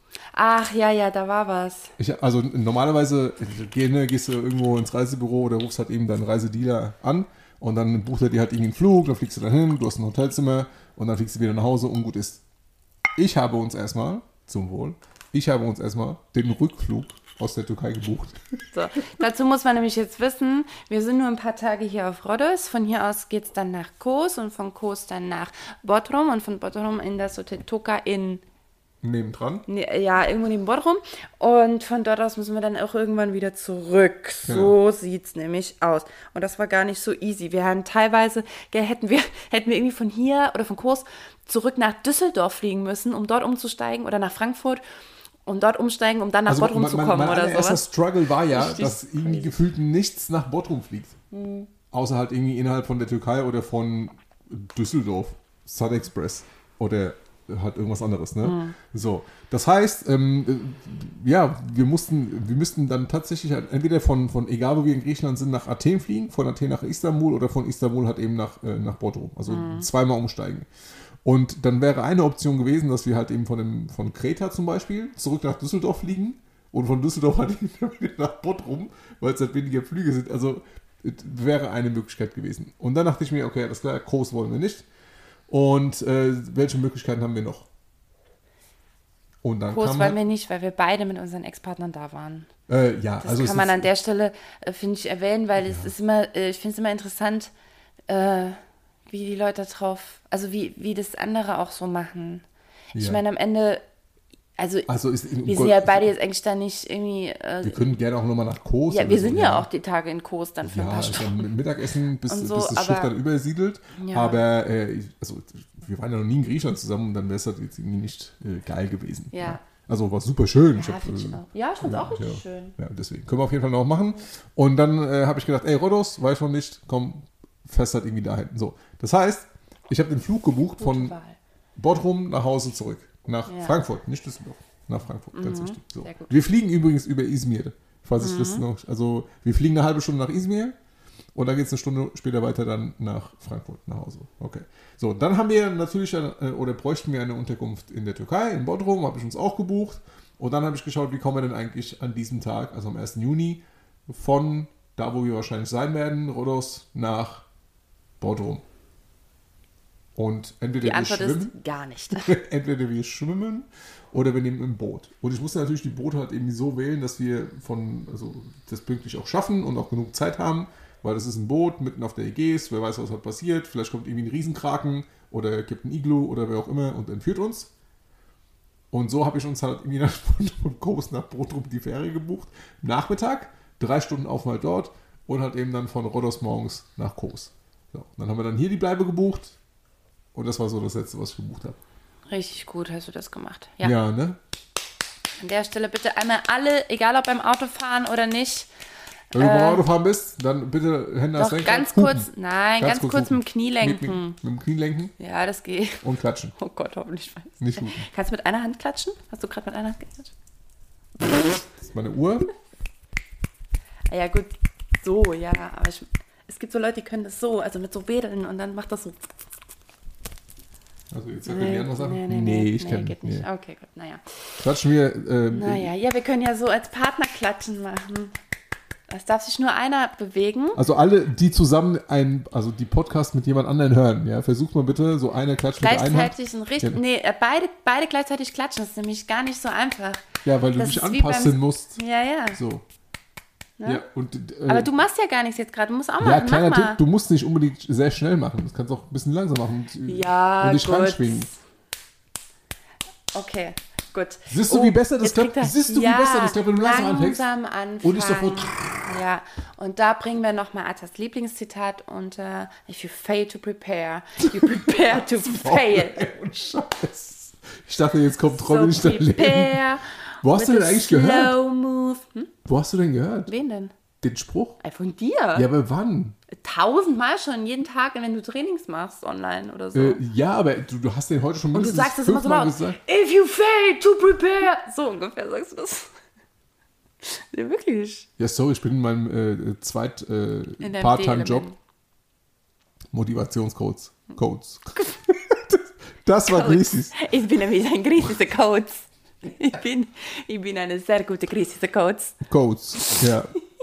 Ach ja, ja, da war was. Ich, also normalerweise geh, ne, gehst du irgendwo ins Reisebüro oder rufst halt eben deinen Reisedealer an und dann bucht er dir halt irgendwie einen Flug, dann fliegst du dahin, du hast ein Hotelzimmer und dann fliegst du wieder nach Hause und gut ist. Ich habe uns erstmal, zum Wohl, ich habe uns erstmal den Rückflug aus der Türkei gebucht. So, dazu muss man nämlich jetzt wissen, wir sind nur ein paar Tage hier auf Rhodos. Von hier aus geht es dann nach Kos und von Kos dann nach Bodrum und von Bodrum in das Hotel Toka in... Nebendran? Ne, ja, irgendwo neben Bodrum. Und von dort aus müssen wir dann auch irgendwann wieder zurück. So ja. Sieht es nämlich aus. Und das war gar nicht so easy. Wir haben teilweise, hätten wir, hätten wir irgendwie von hier oder von Kos zurück nach Düsseldorf fliegen müssen, um dort umzusteigen oder nach Frankfurt. Und dort umsteigen, um dann nach also Bodrum mein, zu kommen mein, mein oder so. Mein Struggle war ja, richtig dass irgendwie gefühlt nichts nach Bodrum fliegt. Mhm. Außer halt irgendwie innerhalb von der Türkei oder von Düsseldorf. Sun Express. Oder halt irgendwas anderes, ne? Mhm. So. Das heißt, ähm, ja, wir mussten, wir müssten dann tatsächlich halt entweder von, von, egal wo wir in Griechenland sind, nach Athen fliegen, von Athen nach Istanbul oder von Istanbul halt eben nach, äh, nach Bodrum. Also mhm. zweimal umsteigen. Und dann wäre eine Option gewesen, dass wir halt eben von, dem, von Kreta zum Beispiel zurück nach Düsseldorf fliegen und von Düsseldorf halt wieder nach Bodrum, weil es halt weniger Flüge sind. Also wäre eine Möglichkeit gewesen. Und dann dachte ich mir, okay, alles klar, Kos wollen wir nicht. Und äh, welche Möglichkeiten haben wir noch? Und dann Kos wollen wir nicht, weil wir beide mit unseren Ex-Partnern da waren. Äh, ja, das also kann man an der Stelle, äh, finde ich, erwähnen, weil ja. es ist immer, äh, ich finde es immer interessant, äh, wie die Leute drauf, also wie, wie das andere auch so machen. Ja. Ich meine, am Ende, also, also ist, wir sind ja beide jetzt eigentlich da nicht irgendwie... Äh, wir können gerne auch nochmal nach Kos. Ja, wir sind so, ja, ja auch die Tage in Kos dann für ja, ein paar Stunden. Ja, Mittagessen, bis, so, bis das aber, Schiff dann übersiedelt. Ja. Aber äh, also, wir waren ja noch nie in Griechenland zusammen und dann wäre es halt jetzt irgendwie nicht äh, geil gewesen. Ja. Ja. Also war super schön. Ja, ich hab, ich äh, auch. Ja, ich fand es auch richtig ja, schön. Ja, deswegen können wir auf jeden Fall noch machen. Und dann äh, habe ich gedacht, ey, Rhodos, weiß schon nicht, komm, fest halt irgendwie dahin. So, das heißt, ich habe den Flug gebucht Gute von Wahl. Bodrum nach Hause zurück. Nach ja. Frankfurt, nicht Düsseldorf. Nach Frankfurt, mhm. ganz wichtig. So. Wir fliegen übrigens über Izmir, falls mhm. ich das noch. Also, wir fliegen eine halbe Stunde nach Izmir Und dann geht es eine Stunde später weiter dann nach Frankfurt, nach Hause. Okay. So, dann haben wir natürlich, eine, oder bräuchten wir eine Unterkunft in der Türkei, in Bodrum, habe ich uns auch gebucht. Und dann habe ich geschaut, wie kommen wir denn eigentlich an diesem Tag, also am ersten Juni, von da, wo wir wahrscheinlich sein werden, Rhodos, nach Bodrum. Und entweder Die Antwort wir schwimmen, ist gar nicht. entweder wir schwimmen oder wir nehmen ein Boot. Und ich musste natürlich die Boote halt irgendwie so wählen, dass wir von, also das pünktlich auch schaffen und auch genug Zeit haben, weil das ist ein Boot mitten auf der Ägäis, wer weiß, was halt passiert. Vielleicht kommt irgendwie ein Riesenkraken oder gibt ein Iglu oder wer auch immer und entführt uns. Und so habe ich uns halt irgendwie von, von Kos nach Bodrum die Fähre gebucht. Nachmittag, drei Stunden Aufenthalt dort und halt eben dann von Rhodos morgens nach Kos. So, dann haben wir dann hier die Bleibe gebucht. Und das war so das Letzte, was ich gebucht habe. Richtig gut hast du das gemacht. Ja. Ja, ne? An der Stelle bitte einmal alle, egal ob beim Autofahren oder nicht. Wenn du äh, beim Autofahren bist, dann bitte Hände ans Doch, Lenkrad. ganz hupen. kurz, nein, ganz, ganz kurz, kurz mit dem Knie lenken. Mit, mit, mit dem Knie lenken Ja, das geht. und klatschen. Oh Gott, hoffentlich weiß ich. Nicht hupen. Kannst du mit einer Hand klatschen? Hast du gerade mit einer Hand geklatscht? Das ist meine Uhr. Ah, ja, gut, so, ja, aber ich, es gibt so Leute, die können das so, also mit so Wedeln und dann macht das so. Also jetzt sagt nee, andere Sachen. Nee, nee, nee, nee ich nee, kenne geht nicht. Nee. Okay, gut, naja. Klatschen wir. Ähm, Naja, ja, wir können ja so als Partner klatschen machen. Es darf sich nur einer bewegen. Also alle, die zusammen ein, also die Podcast mit jemand anderen hören, ja, versucht mal bitte so einer klatscht mit der einen Hand. Gleichzeitig ein richtig, Ja. nee, äh, beide, beide gleichzeitig klatschen, das ist nämlich gar nicht so einfach. Ja, weil du Das dich ist wie anpassen beim- musst. Ja, ja. So. Ne? Ja, und, äh, Aber du machst ja gar nichts jetzt gerade, du musst auch ja, machen, kleiner mach mal. Tipp, du musst nicht unbedingt sehr schnell machen. Das kannst du auch ein bisschen langsam machen und, Ja, und dich gut. reinschwingen. Okay, gut. Siehst du, wie besser das jetzt klappt? kriegt er- Siehst du, wie ja, besser das klappt, wenn du langsam anfängst? langsam anfangen. Und ich sofort- Ja, und da bringen wir nochmal Atas Lieblingszitat unter: If you fail to prepare, you prepare to fail. Und Scheiß. Ich dachte, jetzt kommt Robin So Sterling. prepare. Wo hast du with denn a eigentlich gehört? Slow move. Hm? Wo hast du denn gehört? Wen denn? Den Spruch? Äh, Von dir? Ja, aber wann? Tausendmal schon, jeden Tag, wenn du Trainings machst online oder so. Äh, ja, aber du, du hast den heute schon Und du mindestens sagst das immer so fünfmal laut. gesagt. If you fail to prepare. So ungefähr sagst du das. Ja, wirklich. Ja, sorry, ich bin in meinem äh, zweit äh, In deinem Part-Time-Job. D-Element. Motivationscodes. Codes. Das war Codes. Griechisch. Ich bin nämlich ein griechischer Coach. Ich bin, ich bin eine sehr gute griechische Coach. Codes, ja.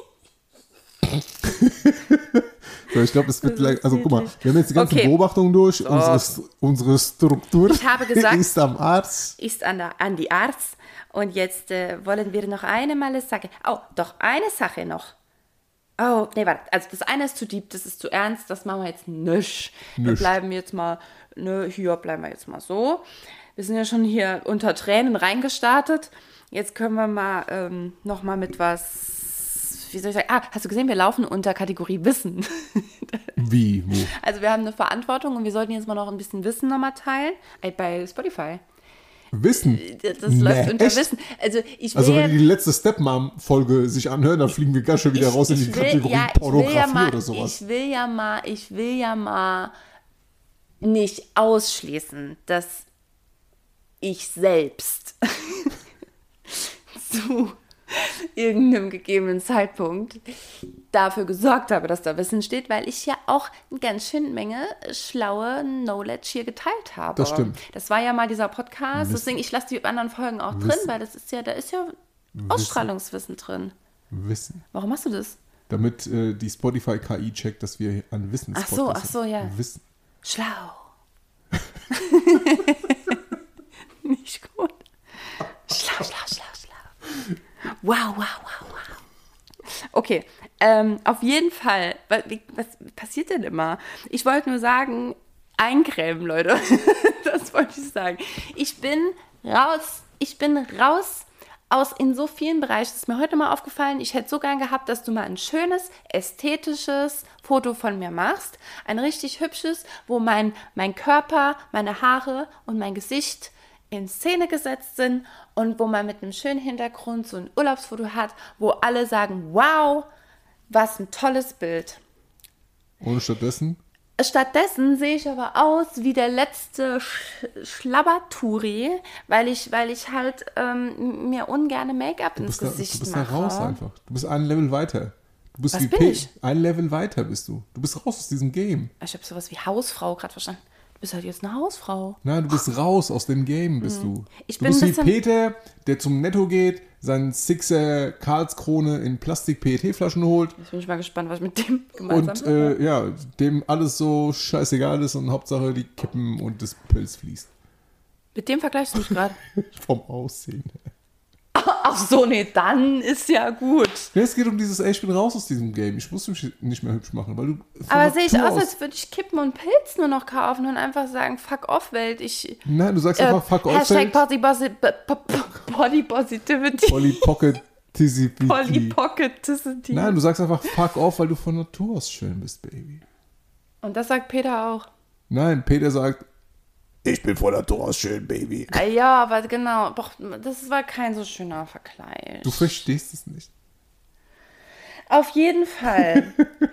So, ich glaube, es wird gleich, also guck mal, wir haben jetzt die ganzen Okay. Beobachtungen durch, unsere, unsere Struktur Ich habe gesagt- ist am Arzt. Ist an, der, an die Arzt. Und jetzt äh, wollen wir noch eine Mal sagen. Oh, doch, eine Sache noch. Oh, nee, warte. Also das eine ist zu deep, das ist zu ernst, das machen wir jetzt nicht. Wir Nicht. bleiben jetzt mal, ne, hier bleiben wir jetzt mal so. Wir sind ja schon hier unter Tränen reingestartet. Jetzt können wir mal ähm, noch mal mit was, wie soll ich sagen, ah, hast du gesehen, wir laufen unter Kategorie Wissen. Wie? Wo? Also wir haben eine Verantwortung und wir sollten jetzt mal noch ein bisschen Wissen nochmal teilen. Ey, bei Spotify. Wissen? Das Nee, läuft unter echt? Wissen. Also ich will Also ja, wenn die die letzte Stepmom-Folge sich anhören, dann fliegen wir ganz schön wieder raus in die ich will, Kategorie ja, ich will Pornografie ja mal, oder sowas. Ich will ja mal, ich will ja mal nicht ausschließen, dass ich selbst zu irgendeinem gegebenen Zeitpunkt dafür gesorgt habe, dass da Wissen steht, weil ich ja auch eine ganz schön Menge schlaue Knowledge hier geteilt habe. Das stimmt. Das war ja mal dieser Podcast, Wissen. deswegen, ich lasse die anderen Folgen auch drin, Wissen. weil das ist ja, da ist ja Ausstrahlungswissen drin. Wissen. Warum machst du das? Damit äh, die Spotify-K I checkt, dass wir an Wissen Ach so, ach so, ja. Wissen. Schlau. Nicht gut. Schlau, schlau, schlau, schlau. Wow, wow, wow, wow. Okay, ähm, auf jeden Fall. Was, wie- was passiert denn immer? Ich wollte nur sagen, eincremen, Leute. Das wollte ich sagen. Ich bin raus. Ich bin raus aus in so vielen Bereichen. Das ist mir heute mal aufgefallen. Ich hätte so gern gehabt, dass du mal ein schönes, ästhetisches Foto von mir machst. Ein richtig hübsches, wo mein, mein Körper, meine Haare und mein Gesicht in Szene gesetzt sind und wo man mit einem schönen Hintergrund so ein Urlaubsfoto hat, wo alle sagen, wow, was ein tolles Bild. Und stattdessen? Stattdessen sehe ich aber aus wie der letzte Sch Schlabberturi, weil ich, weil ich halt ähm, mir ungerne Make-up Du ins bist, da, Gesicht du bist da mache. raus einfach. Du bist ein Level weiter. Du bist Was wie bin P- ich? Ein Level weiter bist du. Du bist raus aus diesem Game. Ich habe sowas wie Hausfrau gerade verstanden. Du bist halt jetzt eine Hausfrau. Nein, du bist raus aus dem Game, bist du. Ich du bin bist ein wie bisschen- Peter, der zum Netto geht, seinen Sixer Karlskrone in Plastik-P E T-Flaschen holt Jetzt bin ich mal gespannt, was ich mit dem gemeinsam und habe. äh, ja, dem alles so scheißegal ist und Hauptsache die kippen und das Pilz fließt. Mit dem vergleichst du mich gerade. Vom Aussehen her. Ach so, nee, dann ist ja gut. Ja, es geht um dieses, ey, ich bin raus aus diesem Game. Ich muss mich nicht mehr hübsch machen, weil du von Aber sehe ich Natur aus, als würde ich Kippen und Pilz nur noch kaufen und einfach sagen, fuck off, Welt. Ich, Nein, du sagst äh, einfach fuck off. Hashtag Body, Posi- B- B- Body Positivity. Polly Pocket Polly Pocketicity. Nein, du sagst einfach fuck off, weil du von Natur aus schön bist, Baby. Und das sagt Peter auch. Nein, Peter sagt, ich bin von Natur aus schön, Baby. Ah, ja, aber genau, boah, das war kein so schöner Vergleich. Du verstehst es nicht. Auf jeden Fall.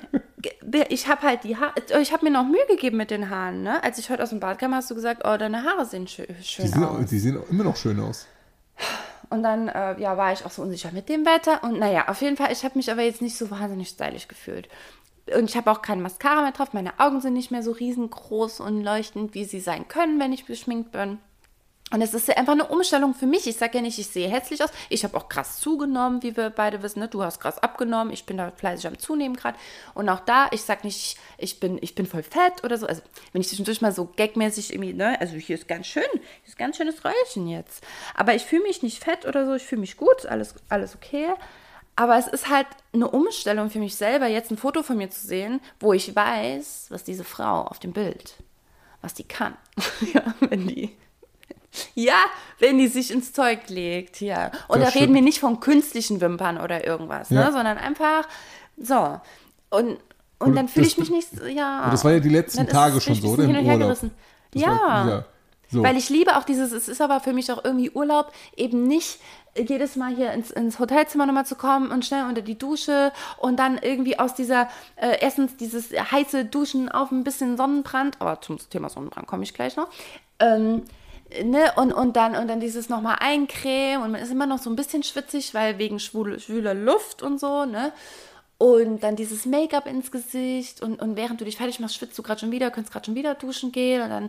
Ich habe halt die Haare, ich habe mir noch Mühe gegeben mit den Haaren, ne? Als ich heute aus dem Bad kam, hast du gesagt, oh, deine Haare sehen schön, schön Die sehen, aus. die sehen immer noch schön aus. Und dann äh, ja, war ich auch so unsicher mit dem Wetter. Und naja, auf jeden Fall, ich habe mich aber jetzt nicht so wahnsinnig stylisch gefühlt. Und ich habe auch kein Mascara mehr drauf. Meine Augen sind nicht mehr so riesengroß und leuchtend, wie sie sein können, wenn ich geschminkt bin. Und es ist ja einfach eine Umstellung für mich. Ich sage ja nicht, ich sehe hässlich aus. Ich habe auch krass zugenommen, wie wir beide wissen. Ne? Du hast krass abgenommen. Ich bin da fleißig am Zunehmen gerade. Und auch da, ich sage nicht, ich bin, ich bin voll fett oder so. Also wenn ich zwischendurch mal so gagmäßig irgendwie, ne? Also hier ist ganz schön, hier ist ganz schönes Röllchen jetzt. Aber ich fühle mich nicht fett oder so. Ich fühle mich gut, alles, alles okay. Aber es ist halt eine Umstellung für mich selber, jetzt ein Foto von mir zu sehen, wo ich weiß, was diese Frau auf dem Bild, was die kann. Ja, wenn die... Ja, wenn die sich ins Zeug legt, ja. Und Das da reden stimmt. wir nicht von künstlichen Wimpern oder irgendwas, Ja. ne? Sondern einfach so. Und, und Und dann fühle das- ich mich nicht, so- ja. Und das war ja die letzten Dann ist Tage es schon ein so, bisschen oder? hin Im und her Urlaub. gerissen. Das Ja. war- ja. So. Weil ich liebe auch dieses, es ist aber für mich auch irgendwie Urlaub, eben nicht jedes Mal hier ins, ins Hotelzimmer nochmal zu kommen und schnell unter die Dusche und dann irgendwie aus dieser, äh, erstens dieses heiße Duschen auf ein bisschen Sonnenbrand, aber zum Thema Sonnenbrand komme ich gleich noch, ähm, ne, und, und dann, und dann dieses nochmal eincremen und man ist immer noch so ein bisschen schwitzig, weil wegen schwule, schwüler Luft und so, ne. Und dann dieses Make-up ins Gesicht und, und während du dich fertig machst, schwitzt du gerade schon wieder, kannst gerade schon wieder duschen gehen und dann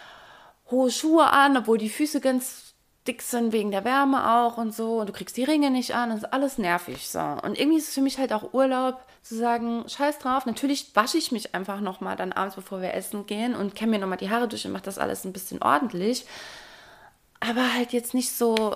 hohe Schuhe an, obwohl die Füße ganz dick sind wegen der Wärme auch und so und du kriegst die Ringe nicht an, das ist alles nervig so. Und irgendwie ist es für mich halt auch Urlaub, zu sagen, scheiß drauf, natürlich wasche ich mich einfach nochmal dann abends, bevor wir essen gehen und kämme mir nochmal die Haare durch und mache das alles ein bisschen ordentlich, aber halt jetzt nicht so,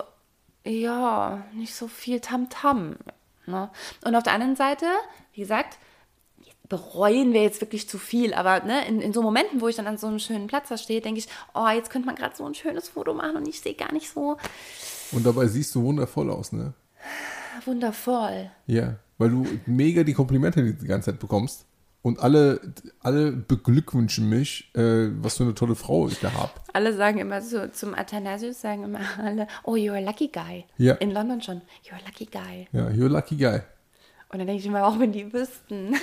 ja, nicht so viel Tamtam. Ne? Und auf der anderen Seite, wie gesagt, bereuen wir jetzt wirklich zu viel, aber ne, in, in so Momenten, wo ich dann an so einem schönen Platz da stehe, denke ich, oh, jetzt könnte man gerade so ein schönes Foto machen und ich sehe gar nicht so Und dabei siehst du wundervoll aus, ne? wundervoll. Ja, weil du mega die Komplimente die ganze Zeit bekommst. Und alle, alle beglückwünschen mich, äh, was für eine tolle Frau ich da habe. Alle sagen immer so, zum Athanasius sagen immer alle, oh, you're a lucky guy. Ja. In London schon, you're a lucky guy. Ja, you're a lucky guy. Und dann denke ich immer, auch wenn die wüssten.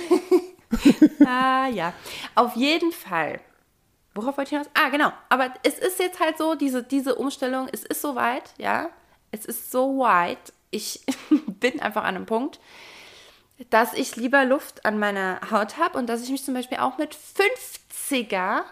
Ah, ja. Auf jeden Fall. Worauf wollte ich hinaus? Ah, genau. Aber es ist jetzt halt so, diese, diese Umstellung, es ist soweit, ja. Es ist so weit. Ich bin einfach an einem Punkt, dass ich lieber Luft an meiner Haut habe und dass ich mich zum Beispiel auch mit fünfziger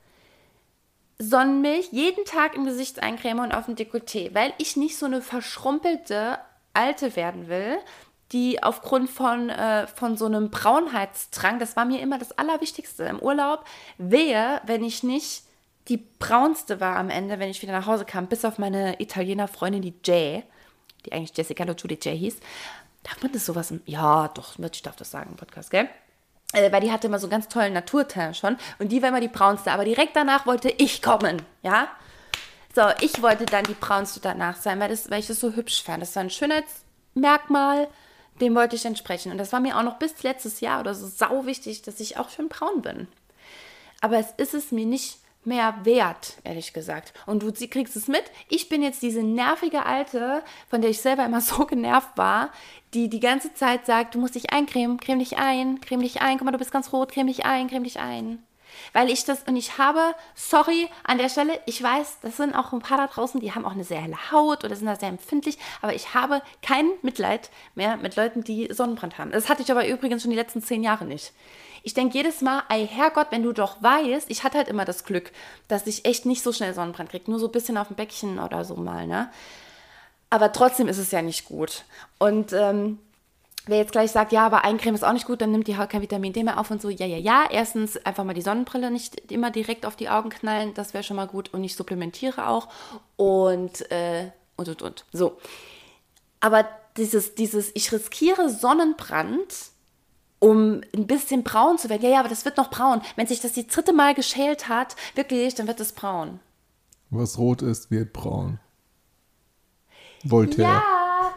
Sonnenmilch jeden Tag im Gesicht eincreme und auf dem Dekolleté, weil ich nicht so eine verschrumpelte Alte werden will, die aufgrund von, äh, von so einem Braunheitsdrang, das war mir immer das Allerwichtigste im Urlaub, wehe, wenn ich nicht die braunste war am Ende, wenn ich wieder nach Hause kam, bis auf meine Italiener Freundin, die Jay, die eigentlich Jessica Lo Julie Jay hieß. Darf man das sowas? Im, ja, doch, ich darf das sagen im Podcast, gell? Äh, weil die hatte immer so einen ganz tollen Naturteint schon und die war immer die braunste, aber direkt danach wollte ich kommen, ja? So, ich wollte dann die braunste danach sein, weil, das, weil ich das so hübsch fand. Das war ein Schönheitsmerkmal, dem wollte ich entsprechen. Und das war mir auch noch bis letztes Jahr oder so sau wichtig, dass ich auch schön braun bin. Aber es ist es mir nicht mehr wert, ehrlich gesagt. Und du kriegst es mit. Ich bin jetzt diese nervige Alte, von der ich selber immer so genervt war, die die ganze Zeit sagt, du musst dich eincremen, creme dich ein, creme dich ein, guck mal, du bist ganz rot, creme dich ein, creme dich ein. Weil ich das, und ich habe, sorry, an der Stelle, ich weiß, das sind auch ein paar da draußen, die haben auch eine sehr helle Haut oder sind da sehr empfindlich, aber ich habe kein Mitleid mehr mit Leuten, die Sonnenbrand haben. Das hatte ich aber übrigens schon die letzten zehn Jahre nicht. Ich denke jedes Mal, ey Herrgott, wenn du doch weißt, ich hatte halt immer das Glück, dass ich echt nicht so schnell Sonnenbrand kriege, nur so ein bisschen auf dem Bäckchen oder so mal, ne? Aber trotzdem ist es ja nicht gut. Und ähm, wer jetzt gleich sagt, ja, aber Eincreme ist auch nicht gut, dann nimmt die Haut kein Vitamin D mehr auf und so, ja, ja, ja. Erstens einfach mal die Sonnenbrille nicht immer direkt auf die Augen knallen, das wäre schon mal gut und ich supplementiere auch und, äh, und, und, und. So. Aber dieses, dieses, ich riskiere Sonnenbrand, um ein bisschen braun zu werden. Ja, ja, aber das wird noch braun. Wenn sich das die dritte Mal geschält hat, wirklich, dann wird es braun. Was rot ist, wird braun. Voltaire. Ja.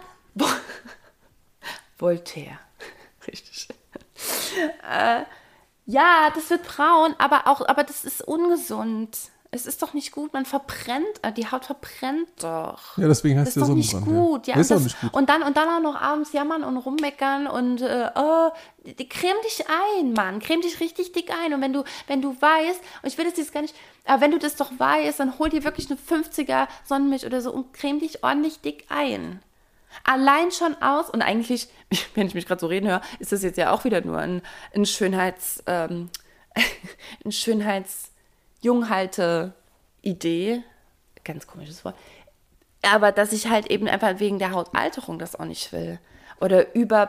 Voltaire. Richtig. äh, ja, das wird braun, aber auch, aber das ist ungesund. Es ist doch nicht gut, man verbrennt, die Haut verbrennt doch. Ja, deswegen heißt das ist der doch nicht Sonnenbrand. gut. Ja, ja. Ist das, auch nicht gut. Und dann, und dann auch noch abends jammern und rummeckern und äh, oh, die, creme dich ein, Mann. Creme dich richtig dick ein. Und wenn du, wenn du weißt, und ich will das jetzt gar nicht, aber wenn du das doch weißt, dann hol dir wirklich eine fünfziger Sonnenmilch oder so und creme dich ordentlich dick ein. Allein schon aus, und eigentlich, wenn ich mich gerade so reden höre, ist das jetzt ja auch wieder nur ein, ein Schönheits, ähm, ein Schönheits- Junghalte-Idee, ganz komisches Wort, aber dass ich halt eben einfach wegen der Hautalterung das auch nicht will oder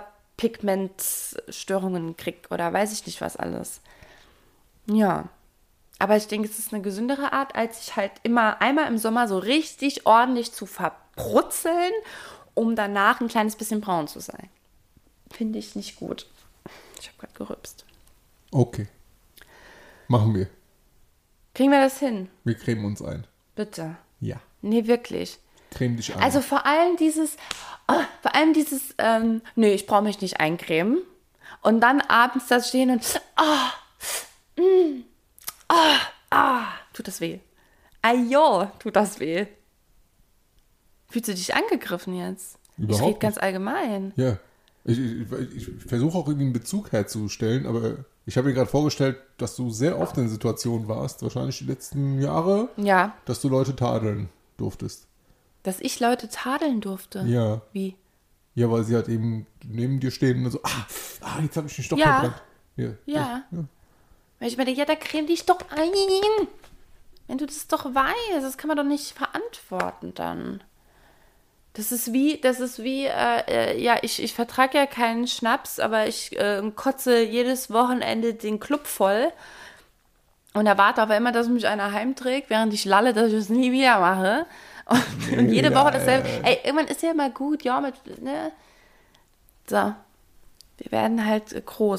Überpigmentstörungen krieg oder weiß ich nicht was alles. Ja, aber ich denke, es ist eine gesündere Art, als sich halt immer einmal im Sommer so richtig ordentlich zu verbrutzeln, um danach ein kleines bisschen braun zu sein. Finde ich nicht gut. Ich habe gerade gerübst. Okay. Machen wir. Kriegen wir das hin? Wir cremen uns ein. Bitte. Ja. Nee, wirklich. Creme dich ein. Also vor allem dieses, oh, vor allem dieses, ähm, nee, ich brauche mich nicht eincremen. Und dann abends da stehen und, ah, oh, mm, ah, ah, tut das weh. Ajo, tut das weh. Fühlst du dich angegriffen jetzt? Überhaupt ich rede nicht. ganz allgemein. Ja. Ich, ich, ich versuche auch irgendwie einen Bezug herzustellen, aber ich habe mir gerade vorgestellt, dass du sehr oft in Situationen warst, wahrscheinlich die letzten Jahre, Ja, dass du Leute tadeln durftest. dass ich Leute tadeln durfte. Ja. Wie? Ja, weil sie halt eben neben dir stehen und so, ah, ah jetzt habe ich mich doch Ja. verbrannt. Ja. Ja. ja. Weil ich meine, ja, da creme dich doch ein. Wenn du das doch weißt, das kann man doch nicht verantworten dann. Das ist wie, das ist wie, äh, äh, ja, ich, ich vertrage ja keinen Schnaps, aber ich äh, kotze jedes Wochenende den Club voll und erwarte aber immer, dass mich einer heimträgt, während ich lalle, dass ich es nie wieder mache. Und, nee, und jede Woche dasselbe. Ja. Ey, irgendwann ist ja mal gut, ja, mit, ne? So. Wir werden halt groß.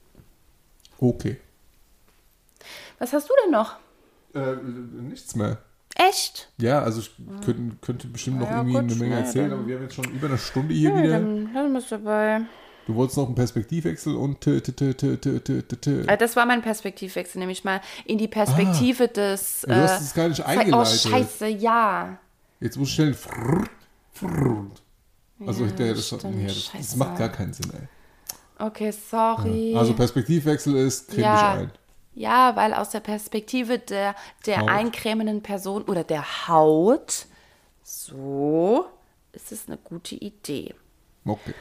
Okay. Was hast du denn noch? Äh, nichts mehr. Echt? Ja, also ich könnte, könnte bestimmt noch Ja, irgendwie gut, eine Menge ja, erzählen, dann- aber wir haben jetzt schon über eine Stunde hier Ja, wieder. dann lassen wir es dabei. Du wolltest noch einen Perspektivwechsel und t, t, t, t, t, t, t, t. Äh, Das war mein Perspektivwechsel, nämlich mal in die Perspektive des. Du hast es gar nicht Ze- eingeleitet. Oh, scheiße, ja. Jetzt muss ich schnell. frrrt, frrrt. Also Ja, der, das, stimmt, nee, das, das scheiße. macht gar keinen Sinn, ey. Okay, sorry. Also Perspektivwechsel ist, creme Ja. dich ein. Ja, weil aus der Perspektive der, der Haut. eincremenden Person oder der Haut, so ist es eine gute Idee. Okay.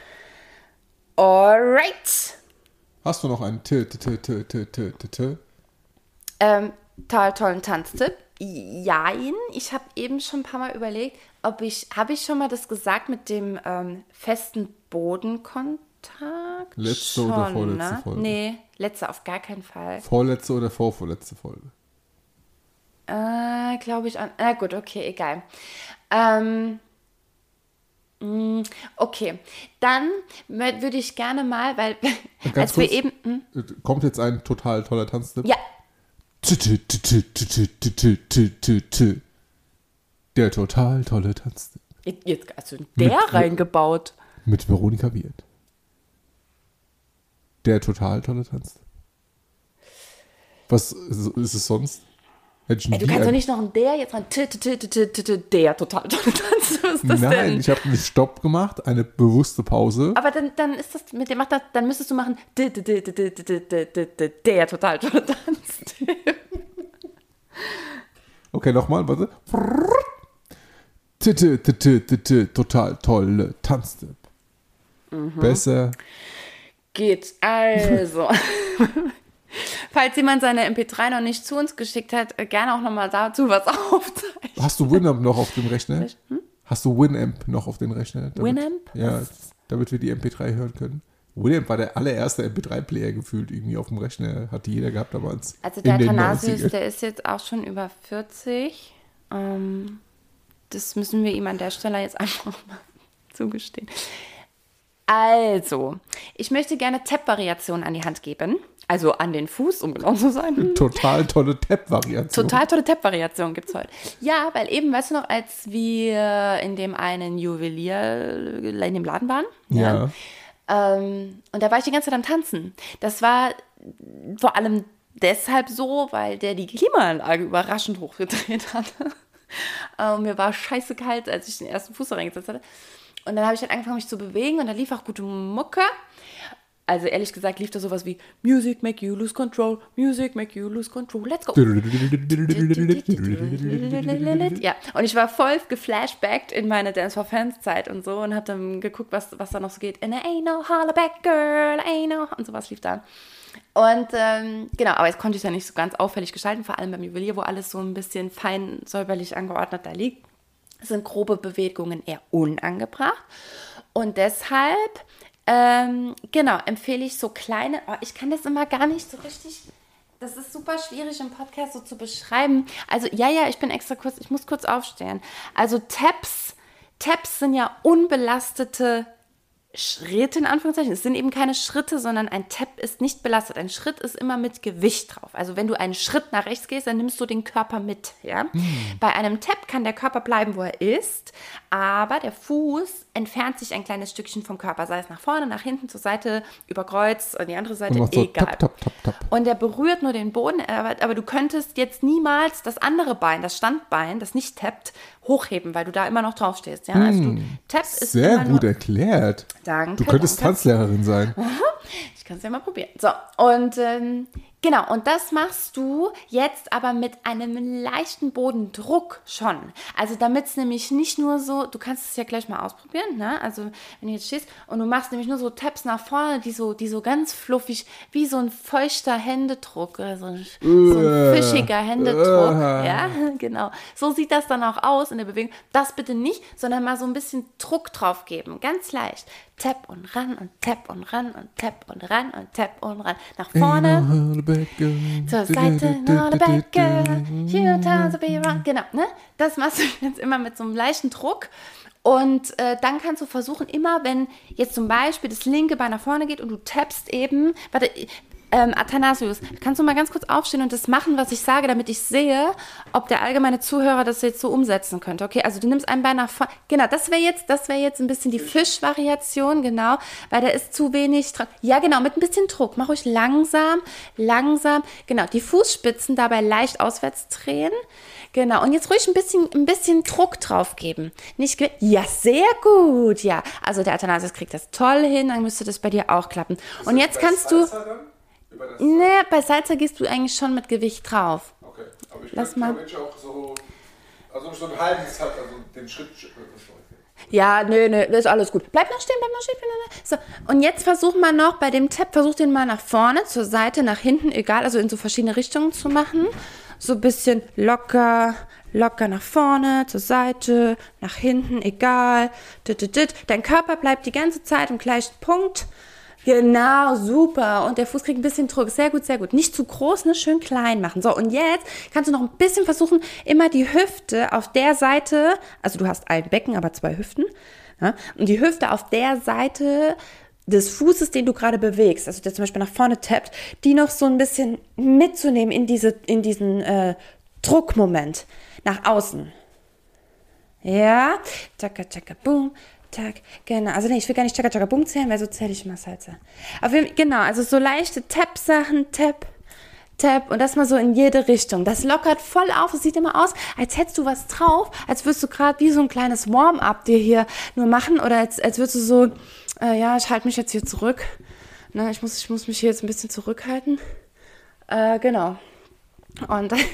Alright. Hast du noch einen T, T, T, T, T, T, T, T? Ähm, total tollen Tanztipp. Jein, ich habe eben schon ein paar Mal überlegt, ob ich, habe ich schon mal das gesagt mit dem ähm, festen Bodenkontakt? Letzte schon, oder vorletzte ne? Folge? Nee, letzte auf gar keinen Fall. Vorletzte oder vorvorletzte Folge? Äh, glaube ich an. Na gut, okay, egal. Ähm, mh, okay, dann wür- würde ich gerne mal, weil Ganz als wir kurz, eben. Hm? Kommt jetzt ein total toller Tanztipp? Ja, T, T, T, T, T, T, T, T, T, T. Der total tolle Tanztipp. jetzt also der Mit- reingebaut. Mit Veronika Wirth. Der total tolle Tanztipp. Was ist, ist es sonst? Hätte ich Ey, du nie kannst doch ein- nicht noch ein der jetzt rein. T- t- t- t- t- t- t- Der total tolle Tanz. Was ist das Nein, denn? ich habe einen Stopp gemacht, eine bewusste Pause. Aber dann, dann ist das mit dem macht das, dann müsstest du machen d- d- d- d- d- d- d- d- d- der total tolle Tanz. System. Okay, nochmal, warte. Titte, titte, titte, total tolle Tanztipp. Mhm. Besser. Geht also. Falls jemand seine M P drei noch nicht zu uns geschickt hat, gerne auch nochmal dazu was aufzeichnen. Hast du Winamp noch auf dem Rechner? Hm? Hast du Winamp noch auf dem Rechner? Damit, Winamp? Ja, damit wir die M P drei hören können. Winamp war der allererste M P drei Player gefühlt irgendwie auf dem Rechner. Hat jeder gehabt damals. Also der Athanasius, der ist jetzt auch schon über vierzig. Ähm, das müssen wir ihm an der Stelle jetzt einfach mal zugestehen. Also, ich möchte gerne Tap-Variationen an die Hand geben. Also an den Fuß, um genau zu sein. Total tolle Tap-Variation. Total tolle Tap-Variation gibt es heute. Ja, weil eben, weißt du noch, als wir in dem einen Juwelier, in dem Laden waren. Ja. ja ähm, und da war ich die ganze Zeit am Tanzen. Das war vor allem deshalb so, weil der die Klimaanlage überraschend hochgedreht hatte. Und mir war scheiße kalt, als ich den ersten Fuß da reingesetzt hatte. Und dann habe ich halt angefangen, mich zu bewegen und da lief auch gute Mucke. Also ehrlich gesagt lief da sowas wie Music make you lose control, Music make you lose control, let's go. Ja, und ich war voll geflashbackt in meine Dance for Fans Zeit und so und habe dann geguckt, was, was da noch so geht. And I ain't no hollaback girl, ain't no... Und sowas lief da. Und ähm, genau, aber jetzt konnte ich es ja nicht so ganz auffällig gestalten, vor allem beim Juwelier, wo alles so ein bisschen fein säuberlich angeordnet da liegt. Sind grobe Bewegungen eher unangebracht. Und deshalb, ähm, genau, empfehle ich so kleine, oh, ich kann das immer gar nicht so richtig, das ist super schwierig im Podcast so zu beschreiben. Also, ja, ja, ich bin extra kurz, ich muss kurz aufstehen. Also Taps, Taps sind ja unbelastete Schritte in Anführungszeichen. Es sind eben keine Schritte, sondern ein Tap ist nicht belastet. Ein Schritt ist immer mit Gewicht drauf. Also wenn du einen Schritt nach rechts gehst, dann nimmst du den Körper mit. Ja? Mhm. Bei einem Tap kann der Körper bleiben, wo er ist, aber der Fuß entfernt sich ein kleines Stückchen vom Körper, sei es nach vorne, nach hinten, zur Seite, über Kreuz, an die andere Seite, so egal. Tap, tap, tap, tap. Und der berührt nur den Boden, aber, aber du könntest jetzt niemals das andere Bein, das Standbein, das nicht tappt, hochheben, weil du da immer noch drauf stehst. Ja? Also du, Tap ist sehr immer gut nur, erklärt. Danke. Du könntest danke. Tanzlehrerin sein. Ich kann es ja mal probieren. So, und ähm, genau, und das machst du jetzt aber mit einem leichten Bodendruck schon. Also damit es nämlich nicht nur so, du kannst es ja gleich mal ausprobieren, ne? Also wenn du jetzt stehst und du machst nämlich nur so Taps nach vorne, die so, die so ganz fluffig, wie so ein feuchter Händedruck, oder so ein, so ein fischiger Händedruck. Ja, genau. So sieht das dann auch aus in der Bewegung. Das bitte nicht, sondern mal so ein bisschen Druck drauf geben, ganz leicht. Tap und ran und tap und ran und tap und ran und tap und ran. Nach vorne, zur Seite, not a bad girl, here to be run. Genau, ne? Das machst du jetzt immer mit so einem leichten Druck. Und äh, dann kannst du versuchen, immer wenn jetzt zum Beispiel das linke Bein nach vorne geht und du tappst eben, warte, ähm, Athanasius, kannst du mal ganz kurz aufstehen und das machen, was ich sage, damit ich sehe, ob der allgemeine Zuhörer das jetzt so umsetzen könnte. Okay, also du nimmst ein Bein nach vorne. Genau, das wäre jetzt, das wäre jetzt ein bisschen die Fischvariation, genau, weil da ist zu wenig dran. Ja, genau, mit ein bisschen Druck. Mach ruhig langsam, langsam. Genau, die Fußspitzen dabei leicht auswärts drehen. Genau, und jetzt ruhig ein bisschen, ein bisschen Druck drauf geben. Nicht ge- ja, sehr gut, ja. Also der Athanasius kriegt das toll hin, dann müsste das bei dir auch klappen. Und jetzt kannst du... Ne, bei Salsa gehst du eigentlich schon mit Gewicht drauf. Okay, aber ich Lass kann mal. theoretisch auch so, also so ein halbes hat, also den Schritt. Ja, nö, nö, das ist alles gut. Bleib noch stehen, bleib noch stehen. So, und jetzt versuch mal noch bei dem Tap, versuch den mal nach vorne, zur Seite, nach hinten, egal, also in so verschiedene Richtungen zu machen. So ein bisschen locker, locker nach vorne, zur Seite, nach hinten, egal. Dein Körper bleibt die ganze Zeit im gleichen Punkt. Genau, super. Und der Fuß kriegt ein bisschen Druck. Sehr gut, sehr gut. Nicht zu groß, ne? Schön klein machen. So, und jetzt kannst du noch ein bisschen versuchen, immer die Hüfte auf der Seite, also du hast ein Becken, aber zwei Hüften, ja? Und die Hüfte auf der Seite des Fußes, den du gerade bewegst, also der zum Beispiel nach vorne tappt, die noch so ein bisschen mitzunehmen in, diese, in diesen äh, Druckmoment nach außen. Ja, tschakka, tschakka, boom. Tag, genau, also nee, ich will gar nicht Chaka Chaka Boom zählen, weil so zähle ich immer Salsa. Aber genau, also so leichte Tap-Sachen, Tap, Tap und das mal so in jede Richtung. Das lockert voll auf, es sieht immer aus, als hättest du was drauf, als würdest du gerade wie so ein kleines Warm-up dir hier nur machen oder als, als würdest du so, äh, ja, ich halte mich jetzt hier zurück, ne, ich muss, ich muss mich hier jetzt ein bisschen zurückhalten, äh, genau. Und, und,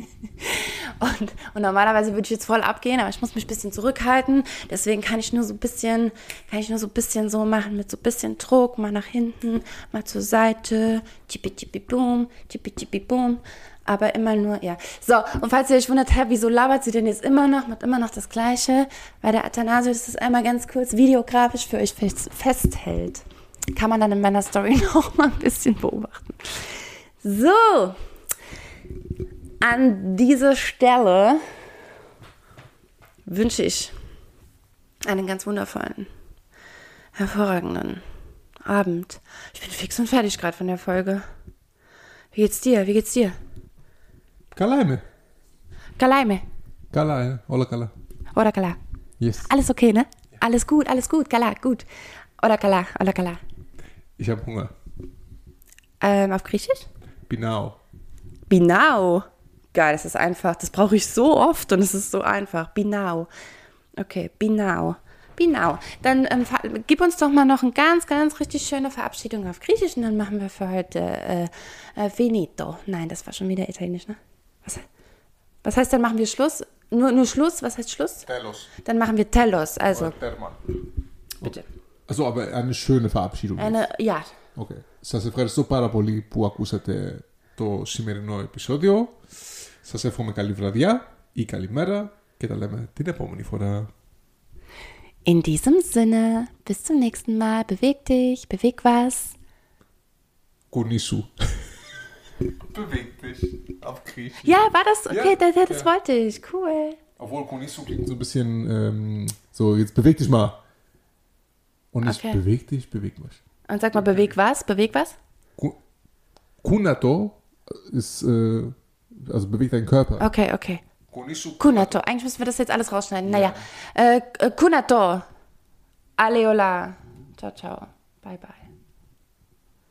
und normalerweise würde ich jetzt voll abgehen, aber ich muss mich ein bisschen zurückhalten. Deswegen kann ich nur so ein bisschen, kann ich nur so ein bisschen so machen, mit so ein bisschen Druck, mal nach hinten, mal zur Seite, tippi tippi boom, tippi tippi boom. Aber immer nur, ja. So, und falls ihr euch wundert, hä, wieso labert sie denn jetzt immer noch, macht immer noch das Gleiche, weil der Athanasius das einmal ganz kurz videografisch für euch festhält. Kann man dann in meiner Story noch mal ein bisschen beobachten. So, an dieser Stelle wünsche ich einen ganz wundervollen, hervorragenden Abend. Ich bin fix und fertig gerade von der Folge. Wie geht's dir? Wie geht's dir? Καλά είμαι. Καλά είμαι. Καλά, ε. Όλα καλά. Oder καλά. Yes. Alles okay, ne? Alles gut, alles gut, καλά, gut. Oder καλά, oder καλά. Ich habe Hunger. Ähm, auf Griechisch? Πεινάω. Binau. Geil, das ist einfach. Das brauche ich so oft und es ist so einfach. Binau. Okay, Binau. Binau. Dann ähm, ver- gib uns doch mal noch eine ganz, ganz richtig schöne Verabschiedung auf Griechisch und dann machen wir für heute äh, äh, finito. Nein, das war schon wieder Italienisch, ne? Was, was heißt, dann machen wir Schluss? Nur, nur Schluss? Was heißt Schluss? Τέλος. Dann machen wir Telos. Also, Oder Τέρμα. bitte. Also, aber eine schöne Verabschiedung. Eine, ja. Okay. Σας ευχαριστώ πάρα πολύ που ακούσατε το σημερινό επεισόδιο. Σας εύχομαι καλή βραδιά ή καλημέρα και τα λέμε την επόμενη φορά. In diesem Sinne, bis zum nächsten Mal. Beweg dich, beweg was. Κουνήσου. Beweg dich auf Griechisch. Ja, war das? Okay, Ja, das, das ja. wollte ich. Cool. Obwohl Kunissu klingt so ein bisschen ähm, so, jetzt beweg dich mal. Und nicht Okay. beweg dich, beweg mich. Und sag mal, beweg was? Beweg was? Ku- Kunato ist, äh, also bewegt deinen Körper. Okay, okay. Kunissu. Kunato. Eigentlich müssen wir das jetzt alles rausschneiden. Naja. Äh, äh, Kunato. Aleola. Ciao, ciao. Bye, bye.